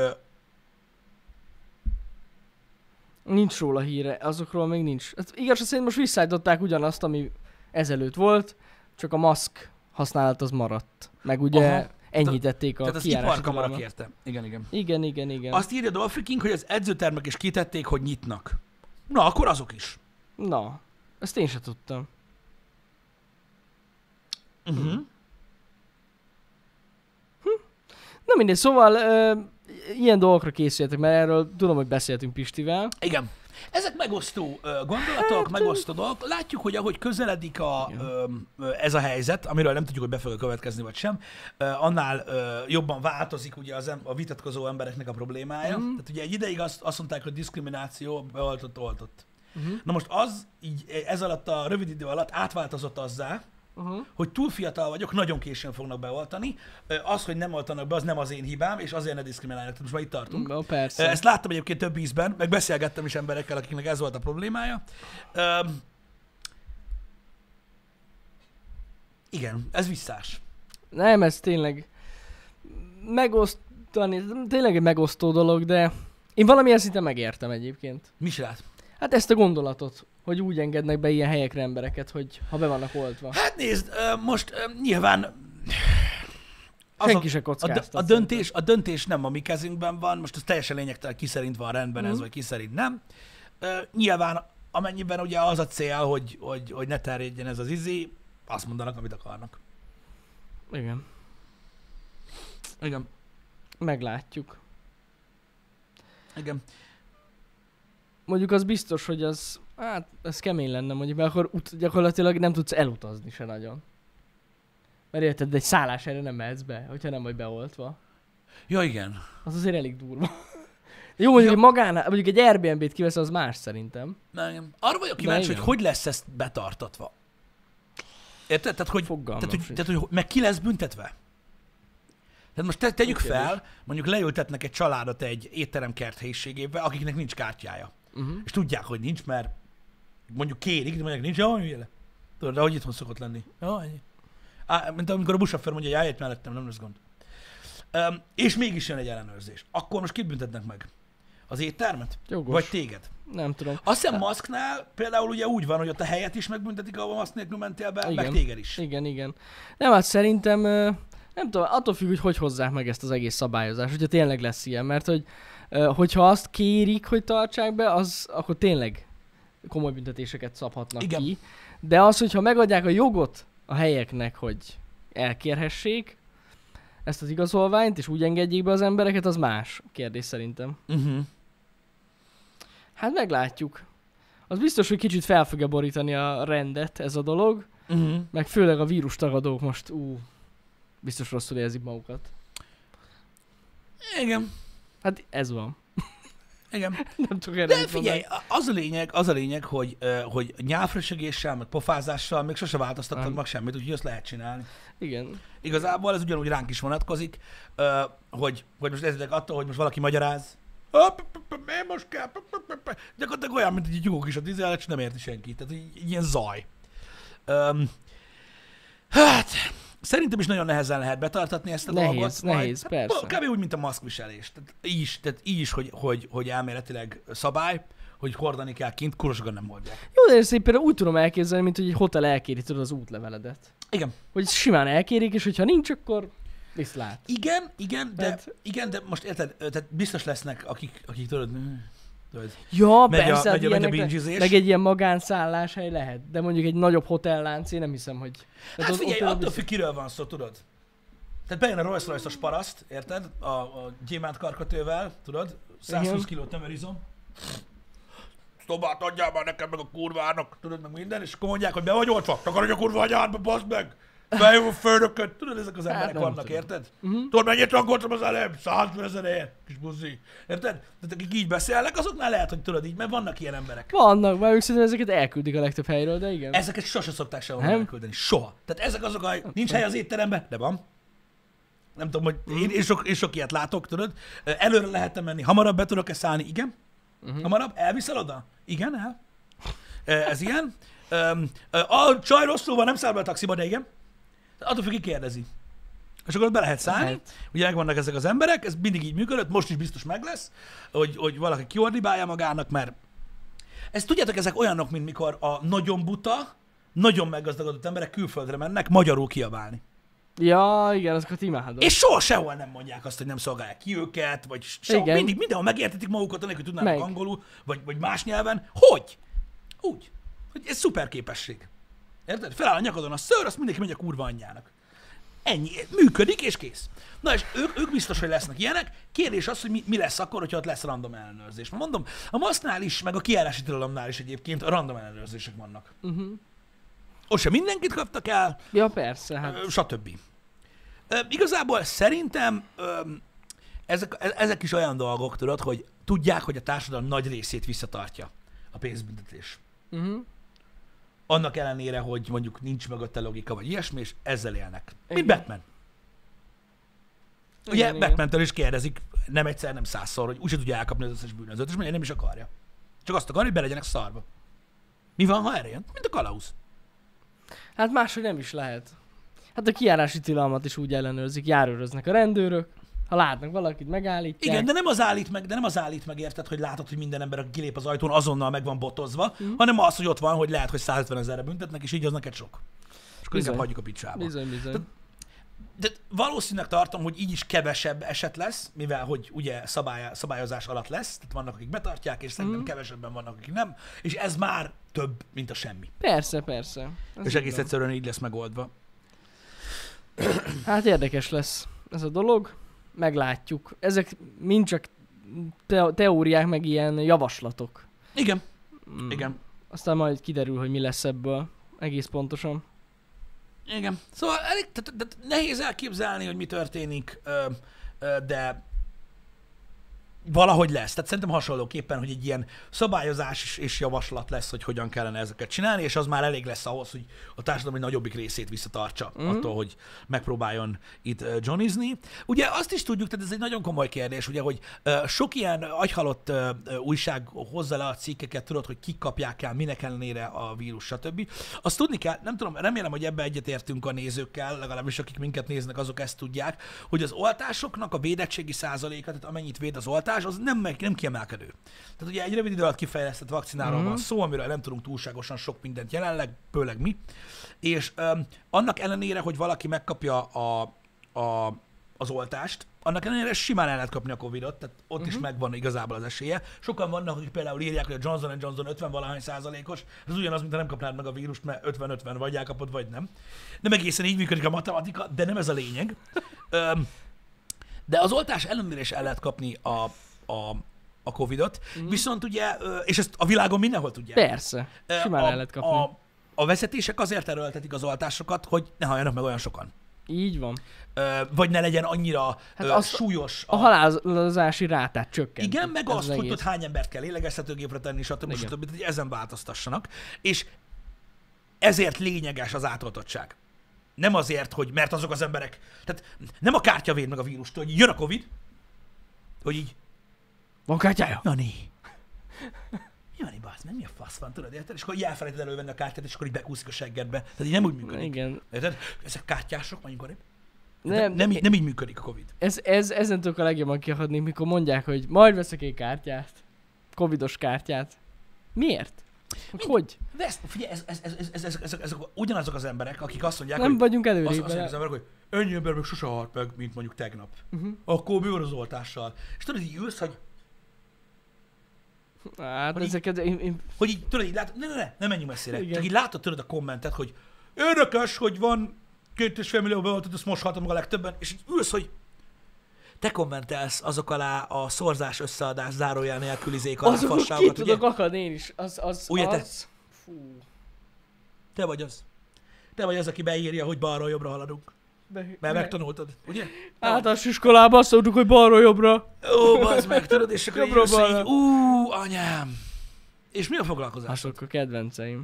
Nincs róla híre, azokról még nincs. Hát igaz, szerint most visszaállították ugyanazt, ami ezelőtt volt, csak a maszk használat az maradt. Meg ugye enyhítették a tehát az kijárási iparkamara tilalmat. kérte. Igen. Igen. Azt írja Dolphy King, hogy az edzőtermek is kitették, hogy nyitnak. Na, akkor azok is. Na, ezt én sem tudtam. Na mindegy, szóval ilyen dolgokra készüljetek, mert erről tudom, hogy beszéltünk Pistivel. Igen. Ezek megosztó gondolatok, megosztó dolgok. Látjuk, hogy ahogy közeledik ez a helyzet, amiről nem tudjuk, hogy be fog következni vagy sem, annál jobban változik ugye a vitatkozó embereknek a problémája. Tehát ugye egy ideig azt mondták, hogy diszkrimináció, beoltott. Na most az így ez alatt a rövid idő alatt átváltozott azzá, hogy túl fiatal vagyok, nagyon későn fognak beoltani. Az, hogy nem oltanak be, az nem az én hibám, és azért ne diszkriminálnak. Most már itt tartunk. Persze. Ezt láttam egyébként több ízben, meg beszélgettem is emberekkel, akiknek ez volt a problémája. Igen, ez visszás. Nem, ez tényleg megosztani, tényleg egy megosztó dolog, de én valamilyen szinten megértem egyébként. Mi se lát? Hát ezt a gondolatot, hogy úgy engednek be ilyen helyekre embereket, hogy ha be vannak oltva. Hát nézd, most nyilván Senki se kockáztat. A döntés nem a mi kezünkben van, most ez teljesen lényegtelen, ki szerint van rendben ez, vagy ki szerint nem. Nyilván, amennyiben ugye az a cél, hogy ne terjedjen ez az azt mondanak, amit akarnak. Igen. Igen. Meglátjuk. Igen. Mondjuk az biztos, hogy ez kemény lenne mondjuk, mert akkor gyakorlatilag nem tudsz elutazni se nagyon. Mert érted, de egy szállás erre nem mehetsz be, hogyha nem vagy beoltva. Ja, igen. Az azért elég durva. Jó, mondjuk mondjuk egy Airbnb-t kivesz, az más szerintem. Nem. Arra vagyok kíváncsi, hogy lesz ezt betartatva. Érted? Tehát, hogy meg ki lesz büntetve? Tehát most tegyük fel, mondjuk leültetnek egy családot egy étterem kerthelyiségébe, akiknek nincs kártyája. És tudják, hogy nincs, mert mondjuk kérik, de mondják, nincs, jó, jöjjél le. Tudod, ahogy itthon szokott lenni. Jó, ennyi. Mint amikor a buszsofőr mondja, hogy eljöjjt mellettem, nem lesz gond. És mégis jön egy ellenőrzés. Akkor most kit büntetnek meg? Az éttermet? Jogos. Vagy téged? Nem tudom. Azt hiszem maszknál például ugye úgy van, hogy ott a helyet is megbüntetik, ahol maszk nélkül mentél be, meg téged is. Igen. Nem, hát szerintem, nem tudom, attól függ, hogy hozzák meg ezt az egész szabályozást, hogyha tényleg lesz ilyen, mert hogyha azt kérik, hogy tartsák be, akkor tényleg komoly büntetéseket szabhatnak ki. De az, hogyha megadják a jogot a helyeknek, hogy elkérhessék ezt az igazolványt, és úgy engedjék be az embereket, az más kérdés szerintem. Hát meglátjuk. Az biztos, hogy kicsit fel fogja borítani a rendet ez a dolog, meg főleg a vírustagadók most, biztos rosszul érzik magukat. Igen. Hát ez van. Igen. Nem tudok erre de figyelj, az a lényeg, hogy nyálfrösögéssel, meg pofázással még sose változtattak meg semmit, úgyhogy azt lehet csinálni. Igen. Igazából ez ugyanúgy ránk is vonatkozik, hogy most érzitek attól, hogy most valaki magyaráz, miért most kell? Gyakorlatilag olyan, mint egy tyúkok is a tüzellet, és nem érti senki. Tehát egy ilyen zaj. Hát, szerintem is nagyon nehezen lehet betartatni ezt a dolgot. Nehéz, persze. Kb. Úgy, mint a maszkviselés. Tehát így is hogy elméletileg szabály, hogy hordani kell kint, kurosokon nem hordják. Jó, de ezt én például úgy tudom elképzelni, mint hogy egy hotel elkéri tudod az útleveledet. Igen. Hogy simán elkérik, és hogyha nincs, akkor viszlát. Igen, de most érted, tehát biztos lesznek, akik tudod, ja, megy persze, a bingizés. meg egy ilyen magánszálláshely lehet, de mondjuk egy nagyobb hotellánc, én nem hiszem, hogy... Hát figyelj, attól függ, kiről van szó, tudod. Tehát bejön a Rolls-Royce-os paraszt, érted? A gyémánt karkötővel, tudod? 120 kilót tömörizom. Szobát adjál már nekem meg a kurvának, tudod, meg minden, és akkor mondják, hogy be vagy oltva, takarodj a kurva anyádba, baszd meg! Fejjön a földököt, tudod, ezek az emberek vannak, érted? Tudod, mennyit tankoltam az előbb? 100 000-ért, kis buzi. Érted? Tehát akik így beszélnek, azoknál lehet, hogy tudod így, mert vannak ilyen emberek. Vannak, mert ők szerintem ezeket elküldik a legtöbb helyről, de igen. Ezeket sose szokták sehol elküldeni, soha. Tehát ezek azok, hogy nincs hely az étteremben, de van. Nem tudom, hogy én sok ilyet látok, tudod. Előre lehet menni, hamarabb be tudok-e szállni? Igen. Hamarabb? Elviszel oda? Igen, el. Ez ilyen. A csaj rosszul van, nem száll be a taxiba, de igen. Attól függ, ki kérdezi. És akkor ott be lehet szállni. Ugye megvannak ezek az emberek, ez mindig így működött, most is biztos meg lesz, hogy valaki kiordibálja magának, mert ezt tudjátok, ezek olyanok, mint mikor a nagyon buta, nagyon meggazdagodott emberek külföldre mennek magyarul kiabálni. Ja, igen, azokat imádom. És soha sehol nem mondják azt, hogy nem szolgálják ki őket, vagy mindig mindenhol megértetik magukat, anélkül tudnának angolul, vagy más nyelven. Hogy? Úgy. Hogy ez szuper képesség. Érted? Feláll a nyakadon a szőr, azt mindenki megy a kurva anyjának. Ennyi. Működik, és kész. Na és ők biztos, hogy lesznek ilyenek. Kérdés az, hogy mi lesz akkor, hogyha ott lesz random ellenőrzés. Mondom, a maszknál is, meg a kijárási tilalomnál is egyébként a random ellenőrzések vannak. Ott sem mindenkit kaptak el. Ja, persze. Hát. Stb. Igazából szerintem ezek is olyan dolgok, tudod, hogy tudják, hogy a társadalom nagy részét visszatartja a pénzbüntetés. Annak ellenére, hogy mondjuk nincs mögötte logika, vagy ilyesmi, és ezzel élnek. Mint Batman. Ugye Batmantől is kérdezik, nem egyszer, nem 100-szor, hogy úgyse tudja elkapni az összes bűnözőt, és mondja, nem is akarja. Csak azt akarja, hogy be legyenek szarba. Mi van, ha erre jön? Mint a kalauz. Hát máshogy nem is lehet. Hát a kijárási tilalmat is úgy ellenőrzik, járőröznek a rendőrök, ha látnak valakit, megállítják. Igen, de nem az állít meg, érted, hogy látod, hogy minden ember, aki kilép az ajtón, azonnal meg van botozva, hanem az, hogy ott van, hogy lehet, hogy 150 000-re büntetnek, és így az neked sok. És akkor inkább hagyjuk a picsába. Bizony. De valószínűleg tartom, hogy így is kevesebb eset lesz, mivel hogy ugye szabályozás alatt lesz, tehát vannak, akik betartják, és szerintem kevesebben vannak, akik nem, és ez már több, mint a semmi. Persze, persze. És egész egyszerűen így lesz megoldva. Hát érdekes lesz ez a dolog, meglátjuk. Ezek mind csak teóriák, meg ilyen javaslatok. Igen. Igen. Aztán majd kiderül, hogy mi lesz ebből egész pontosan. Igen. Szóval tehát nehéz elképzelni, hogy mi történik, de valahogy lesz. Tehát szerintem hasonlóképpen, hogy egy ilyen szabályozás és javaslat lesz, hogy hogyan kellene ezeket csinálni, és az már elég lesz ahhoz, hogy a társadalom egy nagyobbik részét visszatartsa attól, hogy megpróbáljon itt johnnizni. Ugye azt is tudjuk, tehát ez egy nagyon komoly kérdés, ugye, hogy sok ilyen agyhalott újság hozza le a cikkeket, tudod, hogy kik kapják el, minek ellenére a vírus, stb. Azt tudni kell, nem tudom, remélem, hogy ebbe egyetértünk a nézőkkel, legalábbis akik minket néznek, azok ezt tudják, hogy az oltásoknak a védettségi százaléka, tehát amennyit véd az oltás, az nem kiemelkedő. Tehát ugye egy rövid idő alatt kifejlesztett vakcináról van szó, amiről nem tudunk túlságosan sok mindent jelenleg, főleg mi. És annak ellenére, hogy valaki megkapja az oltást, annak ellenére simán el lehet kapni a Covid-ot, tehát ott is megvan igazából az esélye. Sokan vannak, akik például írják, hogy a Johnson & Johnson 50-valahány százalékos, ez ugyanaz, mint ha nem kapnád meg a vírust, mert 50-50 vagy elkapod, vagy nem. Nem egészen így működik a matematika, de nem ez a lényeg. De az oltás ellenére is el lehet kapni a Covid-ot, viszont ugye, és ezt a világon mindenhol tudják. Persze, simán el lehet kapni. A vezetések azért erőltetik az oltásokat, hogy ne halljanak meg olyan sokan. Így van. Vagy ne legyen annyira súlyos. A halálozási rátát csökkent. Igen, meg azt, hogy tudod, hány embert kell lélegeztetőgépre tenni, stb. Hogy ezen változtassanak. És ezért lényeges az átoltottság. Nem azért, hogy mert azok az emberek, tehát nem a kártya véd meg a vírustól, hogy jön a Covid, hogy így. Van kártyája? Jani. Jani, bassz, nem mi a fasz van, tudod, érted? És akkor így elfelejted elővenni a kártyát, és akkor így bekúszik a seggedbe. Tehát így nem úgy működik. Igen. Érted? Ezek kártyások, mondjuk arra. Nem így működik a Covid. Ezen tudok a legjobban kiakadni, mikor mondják, hogy majd veszek egy kártyát. Covidos kártyát. Miért? Hogy? De figyelj, ezek ugyanazok az emberek, akik azt mondják, nem hogy... vagyunk előrébb. Azt mondják az emberek, hogy ennyi ember még sose halt meg, mint mondjuk tegnap. Akkor mi van az oltással? És tudod, így ülsz, hogy... Hát hogy ezeket... Hogy így, tudod, így látod... Ne menjünk messzire. Igen. Csak így látod, tudod a kommentet, hogy érdekes, hogy van 2,5 millió beoltott, azt most haltam meg a legtöbben, és így ülsz, hogy te kommentelsz azok alá a szorzás összeadás zárójel nélkülizék alá fasságokat, ugye? Ki tudok akadni én is. Ugye te? Fú. Te vagy az. Te vagy az, aki beírja, hogy balról jobbra haladunk. Mert megtanultad, ugye? Általános iskolában azt mondtuk, hogy balról jobbra. Ó, bazd meg, tudod, és akkor írsz, így, anyám. És mi a foglalkozás? Azok a kedvenceim.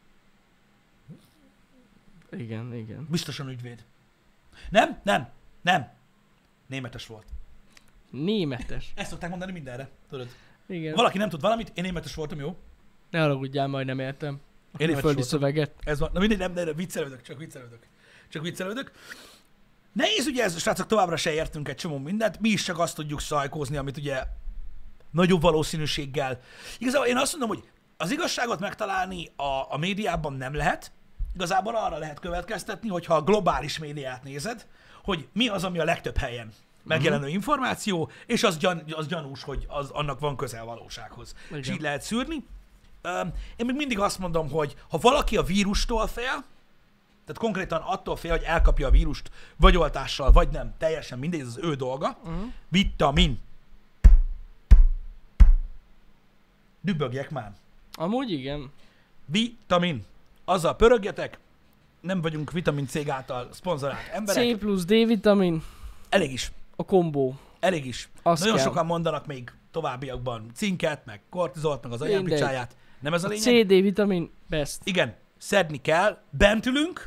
Igen. Biztosan ügyvéd. Nem. Németes volt. Németes. Ezt szokták mondani mindenre, tudod. Igen. Valaki nem tud valamit, én németes voltam, jó? Ne haragudjál, majd nem értem. A Én külföldi szöveget. Ez van. Na mindegy, nem, viccelődök, csak viccelődök. Nehéz ugye ez, srácok, továbbra se értünk egy csomó mindent, mi is csak azt tudjuk szajkózni, amit ugye nagyobb valószínűséggel. Igazából én azt mondom, hogy az igazságot megtalálni a médiában nem lehet, igazából arra lehet következtetni, hogyha a globális médiát nézed, hogy mi az, ami a legtöbb helyen megjelenő információ, és az gyanús, hogy annak van közel valósághoz. Igen. És így lehet szűrni. Én még mindig azt mondom, hogy ha valaki a vírustól fél, tehát konkrétan attól fél, hogy elkapja a vírust, vagy oltással, vagy nem, teljesen mindegy, ez az ő dolga, vitamin. Dübögjek már. Amúgy igen. Vitamin. Azzal pörögjetek, nem vagyunk vitamin C által szponzorált emberek. C plusz D-vitamin. Elég is. A kombó. Elég is. Az Nagyon kell. sokan mondanak még továbbiakban cinket, meg kortizolt, meg az agyánpicsáját. Nem ez a A lényeg? C-D-vitamin best. Igen, szedni kell. Bent ülünk.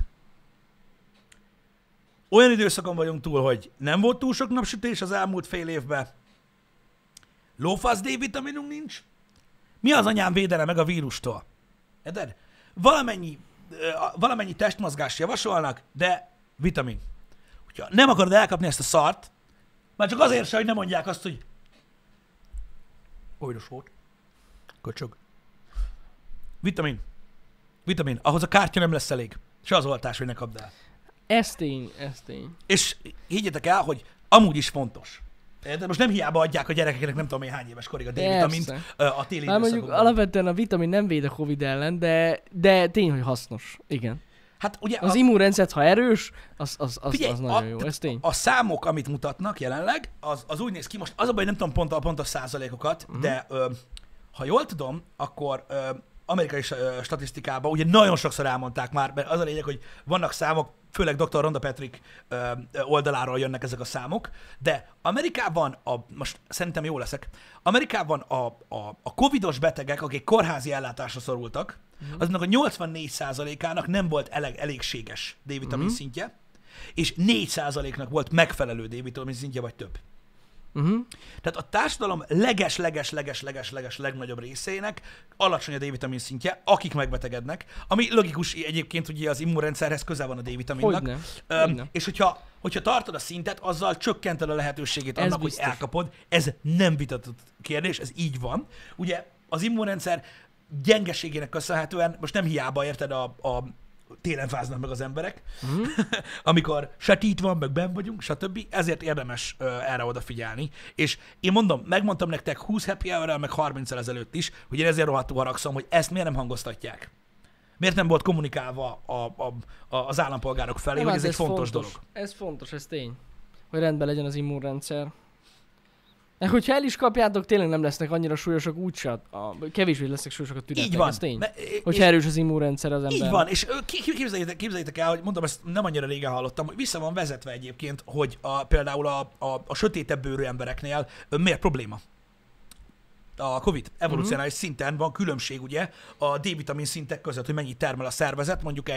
Olyan időszakon vagyunk túl, hogy nem volt túl sok napsütés az elmúlt fél évben. Lófasz D-vitaminunk nincs. Mi az anyám védene meg a vírustól? Érted? Valamennyi testmozgást javasolnak, de vitamin. Hogyha nem akarod elkapni ezt a szart, már csak azért se, hogy nem mondják azt, hogy covidos volt. Köcsög. Vitamin. Ahhoz a kártya nem lesz elég. Se az oltás, hogy ne kapd el. Ez tény, ez tény. És higgyetek el, hogy amúgy is fontos. De most nem hiába adják a gyerekeknek nem tudom én hány éves korig a D-vitamint a téli Már mondjuk időszakokban. alapvetően a vitamin nem véd a Covid ellen, de tény, hogy hasznos. Igen. Hát ugye Az immunrendszert, ha erős, az nagyon jó, ez tény. A számok, amit mutatnak jelenleg, az úgy néz ki, most az a baj, nem tudom pont a százalékokat, de ha jól tudom, akkor amerikai statisztikában ugye nagyon sokszor elmondták már, mert az a lényeg, hogy vannak számok, főleg dr. Rhonda Patrick oldaláról jönnek ezek a számok, de Amerikában, most szerintem jó leszek, Amerikában a covidos betegek, akik kórházi ellátásra szorultak, azoknak a 84%-ának nem volt elégséges D-vitamin szintje, és 4%-nak volt megfelelő D-vitamin szintje, vagy több. Tehát a társadalom leges legnagyobb részének alacsony a D-vitamin szintje, akik megbetegednek, ami logikus egyébként, ugye az immunrendszerhez közel van a D-vitaminnak. Hogyne. És hogyha tartod a szintet, azzal csökkented a lehetőségét Ez annak, biztos. hogy elkapod. Ez nem vitatott kérdés, ez így van. Ugye az immunrendszer gyengeségének köszönhetően, most nem hiába érted a télen fáznak meg az emberek, amikor setít van, meg benn vagyunk, stb. Ezért érdemes erre odafigyelni. És én megmondtam nektek 20 happy hour-rel, meg 30-el ezelőtt is, hogy én ezért rohadtul haragszom, hogy ezt miért nem hangoztatják. Miért nem volt kommunikálva az állampolgárok felé, hogy ez egy fontos dolog. Ez fontos, ez tény. Hogy rendben legyen az immunrendszer. Mert hogyha el is kapjátok, tényleg nem lesznek annyira súlyosak úgyse. Kevésbé lesznek súlyosak a tünetek, Így van. ez tény. Hogyha erős az immunrendszer az ember. Így van, és képzeljétek el, hogy mondom, ezt nem annyira régen hallottam, hogy vissza van vezetve egyébként, hogy például a sötétebb bőrű embereknél miért probléma? A Covid evolúcionális szinten van különbség ugye a D-vitamin szintek között, hogy mennyit termel a szervezet, mondjuk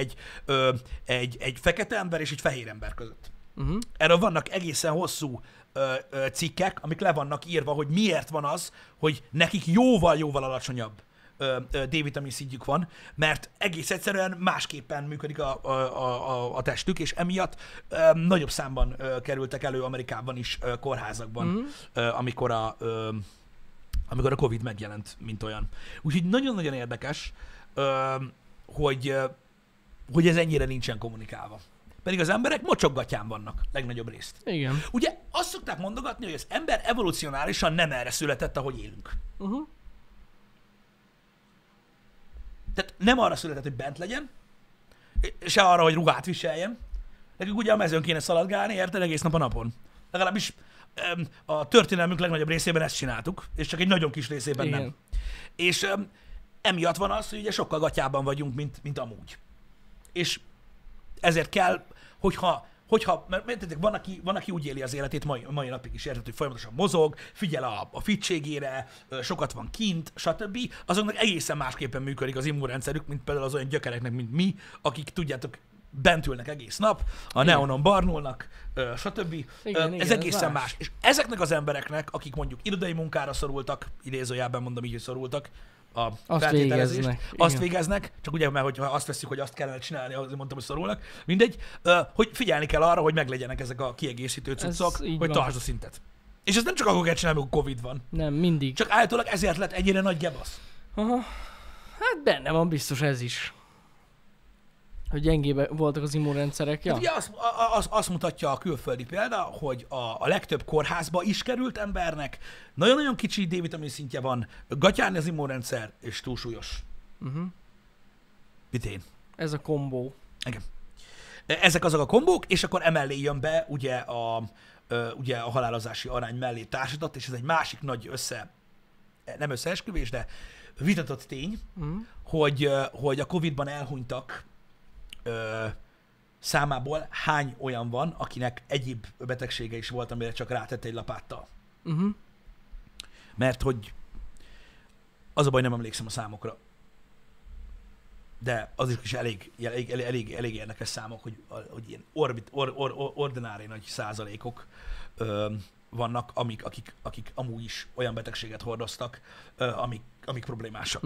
egy fekete ember és egy fehér ember között. Erről vannak egészen hosszú cikkek, amik le vannak írva, hogy miért van az, hogy nekik jóval alacsonyabb D-vitamin szintjük van, mert egész egyszerűen másképpen működik a testük, és emiatt nagyobb számban kerültek elő Amerikában is kórházakban, amikor a Covid megjelent, mint olyan. Úgyhogy nagyon-nagyon érdekes, hogy ez ennyire nincsen kommunikálva. Pedig az emberek mocsoggatján vannak, legnagyobb részt. Igen. Ugye azt szokták mondogatni, hogy az ember evolúcionálisan nem erre született, ahogy élünk. Tehát nem arra született, hogy bent legyen, se arra, hogy ruhát viseljen. Nekünk ugye a mezőn kéne szaladgálni, érted, egész nap a napon. Legalábbis a történelmünk legnagyobb részében ezt csináltuk, és csak egy nagyon kis részében Igen. nem. És emiatt van az, hogy ugye sokkal gatyában vagyunk, mint amúgy. És ezért kell, mert van, aki úgy éli az életét mai napig is, érted, hogy folyamatosan mozog, figyel a fitségére, sokat van kint, stb. Azoknak egészen másképpen működik az immunrendszerük, mint például az olyan gyökereknek, mint mi, akik tudjátok, bent ülnek egész nap, a neonon barnulnak, stb. Ez egészen más. És ezeknek az embereknek, akik mondjuk irodai munkára szorultak, idézőjelben mondom így, hogy szorultak, azt végeznek, csak ugye, mert hogyha azt veszik, hogy azt kellene csinálni, azért mondtam, hogy szorulnak, mindegy, hogy figyelni kell arra, hogy meglegyenek ezek a kiegészítő cuccok, hogy tartsd a szintet. És ez nem csak akkor kell csinálni, amikor Covid van. Nem, mindig. Csak állítólag ezért lett ennyire nagy gebasz. Aha. Hát benne van biztos ez is. Hogy gyengébe voltak az immunrendszerek, ja? Hát ugye azt mutatja a külföldi példa, hogy a legtöbb kórházba is került embernek nagyon-nagyon kicsi D-vitamin szintje van, gatyán az immunrendszer, és túlsúlyos. Mit én? Ez a kombó. Igen. Ezek azok a kombók, és akkor emellé jön be ugye a halálozási arány mellé társított, és ez egy másik nagy nem összeesküvés, de vitatott tény, hogy a Covid-ban elhunytak számából hány olyan van, akinek egyéb betegsége is volt, amire csak rátett egy lapáttal. Mert hogy az a baj, nem emlékszem a számokra. De az is elég érdekes számok, hogy ilyen ordinári nagy százalékok vannak, akik amúgy is olyan betegséget hordoztak, amik problémásak.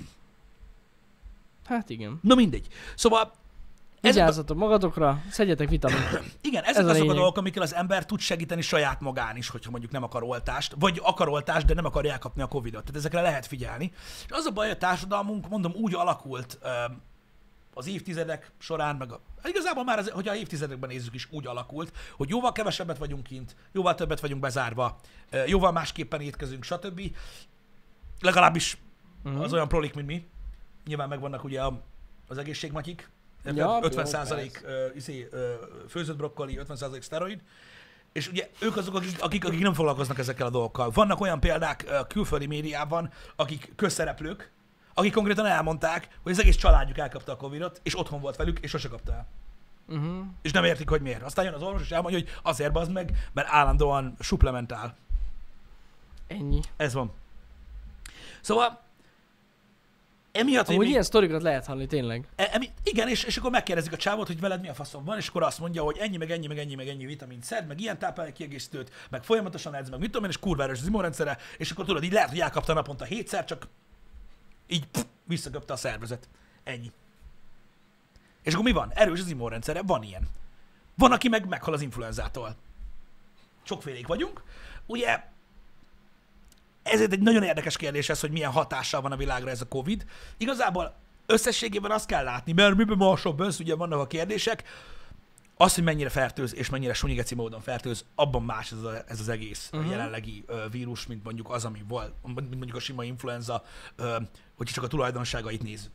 Hát igen. Na mindegy. Szóval vigyázzatok magatokra, szedjetek vitamint. Igen, ezek azok a dolgok, amikkel az ember tud segíteni saját magán is, hogyha mondjuk nem akar oltást, vagy akar oltást, de nem akarja elkapni a Covidot. Tehát ezekre lehet figyelni. És az a baj, a társadalmunk, mondom, úgy alakult az évtizedek során, meg igazából már, hogyha évtizedekben nézzük is, úgy alakult, hogy jóval kevesebbet vagyunk kint, jóval többet vagyunk bezárva, jóval másképpen étkezünk, stb. Legalábbis az olyan prolik, mint mi. Nyilván megvannak ugye az egészségmatyik, Ja, 50% főzött brokkoli, 50% szteroid, és ugye ők azok, akik nem foglalkoznak ezekkel a dolgokkal. Vannak olyan példák külföldi médiában, akik közszereplők, akik konkrétan elmondták, hogy az egész családjuk elkapta a Covidot, és otthon volt velük, és sose kapta el. És nem értik, hogy miért. Aztán jön az orvos, és elmondja, hogy azért bazd meg, mert állandóan supplementál. Ennyi. Ez van. Szóval emiatt, Amúgy ilyen sztorikat lehet hallani, tényleg. igen, és akkor megkérdezik a csávot, hogy veled mi a faszom van, és akkor azt mondja, hogy ennyi, meg ennyi, meg ennyi, meg ennyi vitamint szed, meg ilyen táplálékkiegészítőt, meg folyamatosan edz, meg mit tudom én, és kurva erős az immunrendszere, és akkor tudod, így lehet, hogy elkapta naponta 7-szer, csak így visszaköpte a szervezet. Ennyi. És akkor mi van? Erős az immunrendszere, van ilyen. Van, aki meg meghal az influenzától. Sokfélék vagyunk. Ugye, ezért egy nagyon érdekes kérdés ez, hogy milyen hatással van a világra ez a Covid. Igazából összességében azt kell látni, mert miben másabb ez, ugye vannak a kérdések, az, hogy mennyire fertőz és mennyire sunyigeci módon fertőz, abban más ez az egész jelenlegi vírus, mint mondjuk az, ami volt, mint mondjuk a sima influenza, hogyha csak a tulajdonságait nézzük.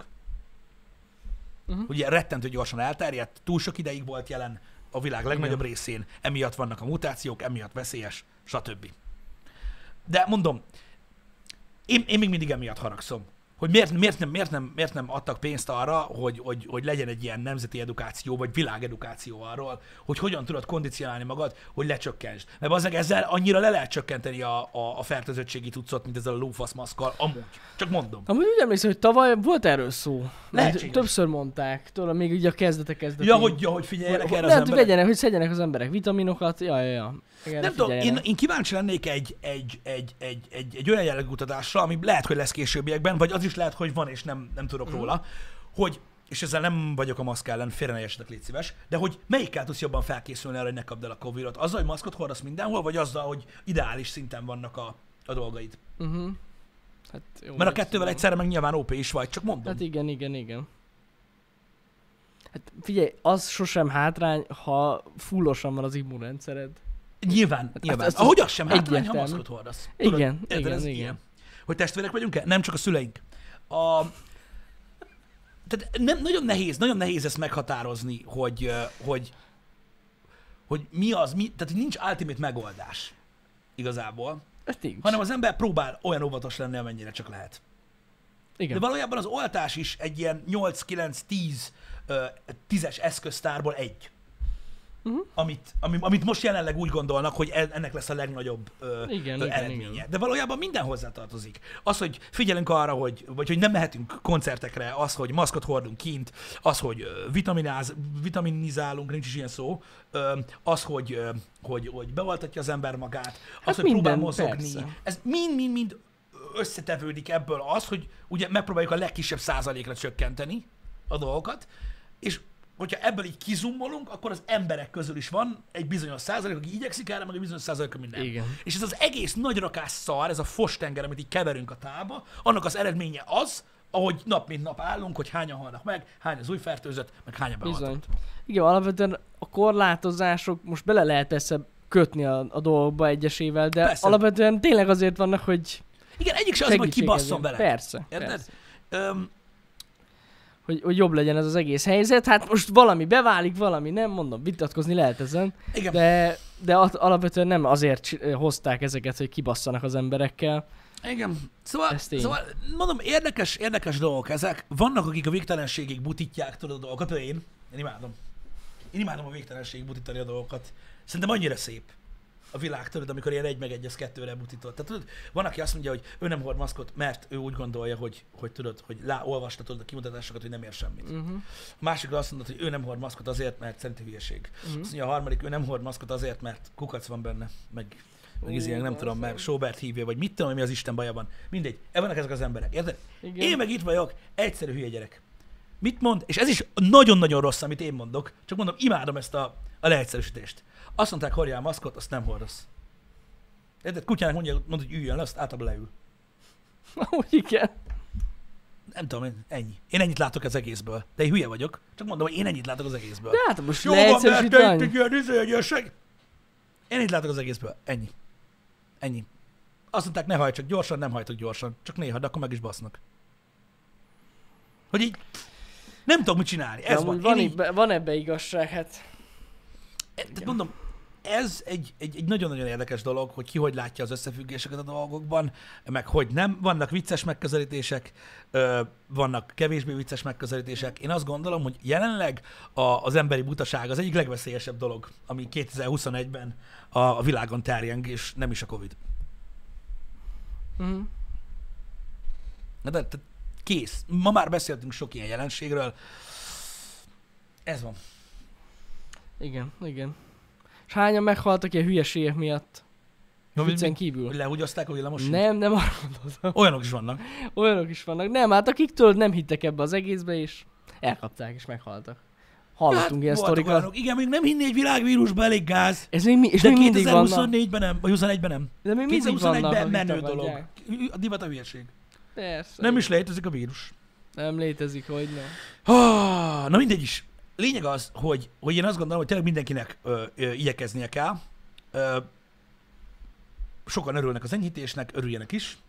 Ugye rettentő gyorsan elterjedt, túl sok ideig volt jelen a világ legnagyobb részén, emiatt vannak a mutációk, emiatt veszélyes, stb. De mondom, én még mindig emiatt haragszom, hogy miért nem adtak pénzt arra, hogy legyen egy ilyen nemzeti edukáció, vagy világedukáció arról, hogy hogyan tudod kondicionálni magad, hogy lecsökkentsd. Mert azért ezzel annyira le lehet csökkenteni a fertőzöttségi tucot, mint ezzel a lófasz maszkkal, amúgy. Csak mondom. Amúgy úgy emlékszem, hogy tavaly volt erről szó. Lehetséges. Többször mondták, tudod, még ugye a kezdetek. Ja, hogy figyeljenek erre az lehet, emberek. hogy szedjenek az emberek vitaminokat, ja. Nem tudom, én kíváncsi lennék egy olyan jellegű kutatásra, ami lehet, hogy lesz későbbiekben, vagy az is lehet, hogy van, és nem tudok róla, hogy, és ezzel nem vagyok a maszk ellen, félre ne essetek, légy szíves, de hogy melyikkel tudsz jobban felkészülni arra, hogy ne kapd el a Covidot? Azzal, hogy maszkot hordasz mindenhol, vagy azzal, hogy ideális szinten vannak a dolgaid? Hát jó, mert a kettővel egyszerre meg nyilván OP is vagy, csak mondom. Hát igen. Hát figyelj, az sosem hátrány, ha fullosan van az immunrendszered. Nyilván. Ahogy az sem hátrány, ha maszkot hordasz. Igen. Hogy testvérek vagyunk-e? Nem csak a szüleink. Tehát nagyon nehéz ezt meghatározni, hogy mi az, tehát nincs ultimate megoldás igazából, hanem az ember próbál olyan óvatos lenni, amennyire csak lehet. Igen. De valójában az oltás is egy ilyen 8-9-10-es eszköztárból egy. Amit most jelenleg úgy gondolnak, hogy ennek lesz a legnagyobb eredménye. Igen. De valójában minden hozzátartozik. Az, hogy figyelünk arra, hogy nem mehetünk koncertekre, az, hogy maszkot hordunk kint, az, hogy vitaminizálunk, nincs is ilyen szó, az, hogy beoltatja az ember magát, az, hogy próbál mozogni. Persze. Ez mind összetevődik ebből az, hogy ugye megpróbáljuk a legkisebb százalékra csökkenteni a dolgokat, és hogyha ebből így kizummolunk, akkor az emberek közül is van egy bizonyos százalék, aki igyekszik erre, meg egy bizonyos százalék, ami nem. Igen. És ez az egész nagy rakás szar, ez a fostenger, amit így keverünk a tába, annak az eredménye az, ahogy nap mint nap állunk, hogy hányan halnak meg, hány az új fertőzött, meg hányan behaltott. Igen, alapvetően a korlátozások, most bele lehet persze kötni a dolgokba egyesével, de persze. Alapvetően tényleg azért vannak, hogy igen, egyik se az, hogy kibasszon vele. Persze. Érted? Hogy jobb legyen ez az egész helyzet. Hát most valami beválik, valami nem, mondom, vitatkozni lehet ezen. Igen. De alapvetően nem azért hozták ezeket, hogy kibasszanak az emberekkel. Igen. Szóval mondom, érdekes dolgok ezek. Vannak, akik a végtelenségig butítják, tudod, a dolgokat, de én imádom. Én imádom a végtelenségig butítani a dolgokat. Szerintem annyira szép a világ, tudod, amikor ilyen 1/1 az 2-re butított. Tehát tudod, van, aki azt mondja, hogy ő nem hord maszkot, mert ő úgy gondolja, hogy tudod, hogy olvastatod a kimutatásokat, hogy nem ér semmit. A másik azt mondod, hogy ő nem hord maszkot azért, mert szerinti hülyeség. Azt mondja a harmadik, ő nem hord maszkot azért, mert kukac van benne, meg ilyen, nem tudom, meg Sobert hívja, vagy mit tudom, mi az Isten baja van. Mindegy, vannak ezek az emberek, érted? Igen. Én meg itt vagyok, egyszerű hülye gyerek. Mit mond? És ez is nagyon-nagyon rossz, amit én mondok, csak mondom, imádom ezt a leegyszerűsítést. Azt mondták, hordjál maszkot, azt nem hordasz. Érted? Kutyának mondod, hogy üljön le, azt általában leül. Igen. Nem tudom, ennyi. Én ennyit látok az egészből. De én hülye vagyok. Csak mondom, hogy én ennyit látok az egészből. De hát most Jó van, mert te leegyszerűsíteni. itt egy ilyen ügyesség. Én ennyit látok az egészből. Ennyi. Ennyi. Azt mondták, ne hajtsak gyorsan, nem hajtok gyorsan. Csak néha, de akkor meg is basznak. Hogy így nem tudok mit csinálni. Ez van. Van ebbe igazság, hát. Tehát mondom, ez egy nagyon-nagyon érdekes dolog, hogy ki hogy látja az összefüggéseket a dolgokban, meg hogy nem. Vannak vicces megközelítések, vannak kevésbé vicces megközelítések. Én azt gondolom, hogy jelenleg az emberi butaság az egyik legveszélyesebb dolog, ami 2021-ben a világon terjeng, és nem is a Covid. Uh-huh. De kész. Ma már beszéltünk sok ilyen jelenségről. Ez van. Igen. És hányan meghaltak ilyen hülyeségek miatt? Viccen kívül. Hogy lehúgyozták a villamost? Nem arra mondom. Olyanok is vannak. Olyanok is vannak. Nem, hát akik tőled nem hittek ebbe az egészbe, és elkapták, és meghaltak. Hallottunk ilyen voltak sztorikat. olyanok. Igen, még nem hinni egy világvírusba, elég gáz. Ez még, és de még mindig vannak. 2024-ben nem, vagy 21-ben nem. De még mindig vannak, 2021-ben akik menő tagadják. dolog. A divat a hülyeség. Persze. Nem is létezik a vírus. Nem létezik, hogy nem. Na mindegy is. Lényeg az, hogy én azt gondolom, hogy tényleg mindenkinek igyekeznie kell. Sokan örülnek az enyhítésnek, örüljenek is.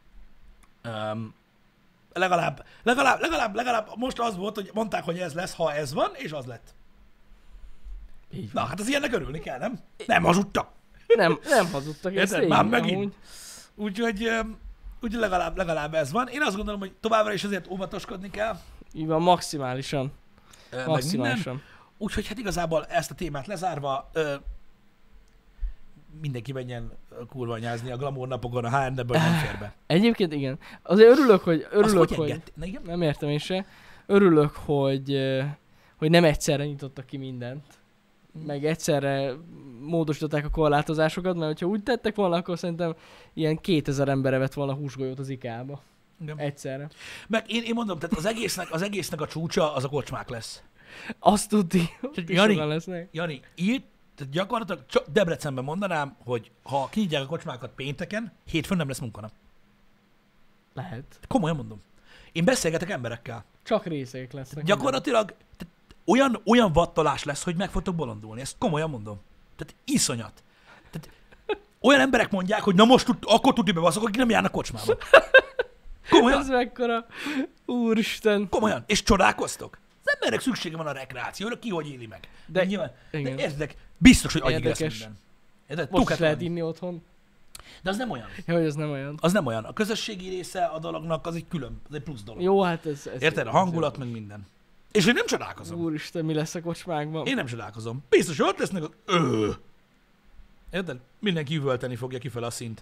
Legalább most az volt, hogy mondták, hogy ez lesz, ha ez van, és az lett. Így Na, hát az ilyennek örülni kell, nem? Nem hazudtak. Nem hazudtak, ez Érted? tény, Már megint. amúgy. Úgyhogy legalább ez van. Én azt gondolom, hogy továbbra is azért óvatoskodni kell. Így van, maximálisan. Meg minden. Maximálisan. Úgyhogy hát igazából ezt a témát lezárva, mindenki menjen kurvanyázni a glamour napokon a H&M-ben, hogy nem fér be. Egyébként igen. Azért örülök, Azt hogy hogy engedte? Na igen? nem értem én se. Örülök, hogy nem egyszerre nyitottak ki mindent. Meg egyszerre módosították a korlátozásokat, mert hogyha úgy tettek volna, akkor szerintem ilyen 2000 ember evett volna húsgolyót az IKEA-ba. Igen. Egyszerre. Meg én mondom, tehát az egésznek a csúcsa az a kocsmák lesz. Azt tudni, hogy Jani, sokan lesznek. Jani, itt tehát gyakorlatilag csak Debrecenben mondanám, hogy ha kinyitják a kocsmákat pénteken, hétfőn nem lesz munkanap. Lehet. Komolyan mondom. Én beszélgetek emberekkel. Csak részek lesznek. Gyakorlatilag olyan vattolás lesz, hogy meg fogtok bolondulni. Ezt komolyan mondom. Tehát iszonyat. Tehát olyan emberek mondják, hogy na most akkor tudni bebaszok, akik nem járnak kocsmába. Komolyan. Ez mekkora. Úristen. Komolyan. És csodálkoztok. Az embernek szüksége van a rekreációra, ki hogy éli meg. De- nyilván, de igen. értedek, biztos, hogy agyig lesz Érdekes. minden. Érted? Most is Tukát lehet adni. inni otthon. De az nem olyan. Ja, hogy ez nem olyan. Az nem olyan. A közösségi része a dolognak az egy külön, az egy plusz dolog. Jó, hát ez Érted? A hangulat, meg minden. És én nem csodálkozom. Úristen, mi lesz a kocsmákban? Én nem csodálkozom. Biztos, hogy ott lesznek Érted? Mindenki üvölteni fogja kifele a szint.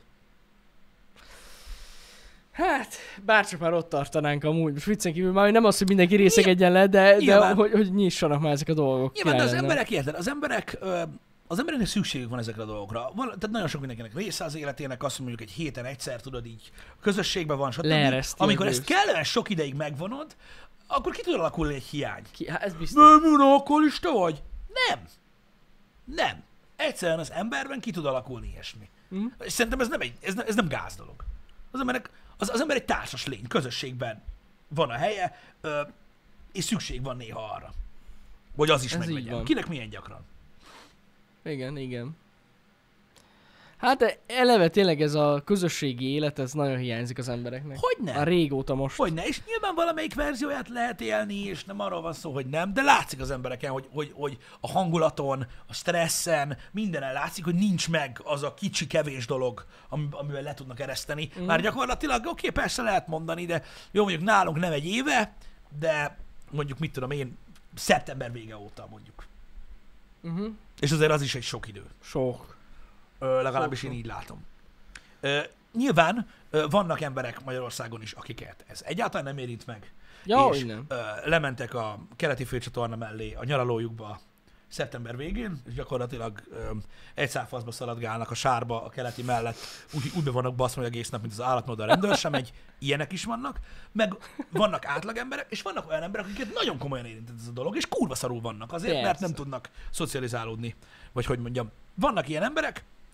Hát, bárcsak már ott tartanánk amúgy. Most viccen kívül már nem az, hogy mindenki részegedjen le, de Nyilván. hogy nyissanak már ezek a dolgok. Nyilván, de az Király lenne. emberek, érted? Az embereknek szükségük van ezekre a dolgokra. Tehát nagyon sok mindenkinek része az életének, azt mondjuk egy héten egyszer, tudod így, közösségben van, stb. Leereszti Amikor az ezt ősz. kellene sok ideig megvonod, akkor ki tud alakulni egy hiány. Hát ez biztos. Nem, alkoholista vagy? Nem. Egyszerűen az emberben ki tud alakulni ilyesmi. És szerintem ez nem gáz dolog. Az ember egy társas lény, közösségben van a helye, és szükség van néha arra, hogy az is Ez így meglegyen. van. Kinek milyen gyakran. Igen. Hát eleve tényleg ez a közösségi élet, ez nagyon hiányzik az embereknek. Hogyne? Már régóta most. Hogyne, és nyilván valamelyik verzióját lehet élni, és nem arról van szó, hogy nem, de látszik az embereken, hogy a hangulaton, a stresszen, mindenen látszik, hogy nincs meg az a kicsi, kevés dolog, amivel le tudnak ereszteni. Már gyakorlatilag, oké, persze lehet mondani, de jó, mondjuk nálunk nem egy éve, de mondjuk mit tudom én, szeptember vége óta mondjuk. És azért az is egy sok idő. Sok. Legalábbis én így látom. Nyilván vannak emberek Magyarországon is, akiket ez egyáltalán nem érint meg. Ja, és innen. lementek a keleti főcsatorna mellé a nyaralójukba szeptember végén, és gyakorlatilag egy szálfaszba szaladgálnak a sárba a keleti mellett, úgy be vannak baszva hogy egész nap, mint az állatmód, a rendőr sem megy, ilyenek is vannak, meg vannak átlag emberek, és vannak olyan emberek, akiket nagyon komolyan érintett ez a dolog, és kurva szarul vannak azért, mert Persze. nem tudnak szocializálódni, vagy hogy mondjam. Vannak ilyen emberek,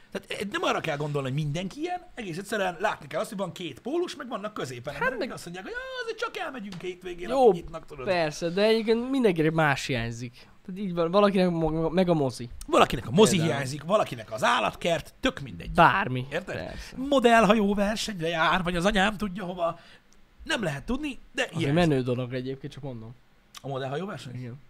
Tehát nem arra kell gondolni, hogy mindenki ilyen, egész egyszerűen látni kell azt, hogy van két pólus, meg vannak középen emberek, meg azt mondják, hogy azért csak elmegyünk hétvégén, Jó, nyitnak, tudod. persze, de egyébként mindenkinek más hiányzik. Tehát így van, valakinek meg a mozi. Valakinek a mozi Például. hiányzik, valakinek az állatkert, tök mindegy. Bármi. Érted? Persze. Modellhajó versenyre jár, vagy az anyám tudja hova. Nem lehet tudni, de Az egy ilyen. menő dolog egyébként, csak mondom. A modellhajó verseny? Igen.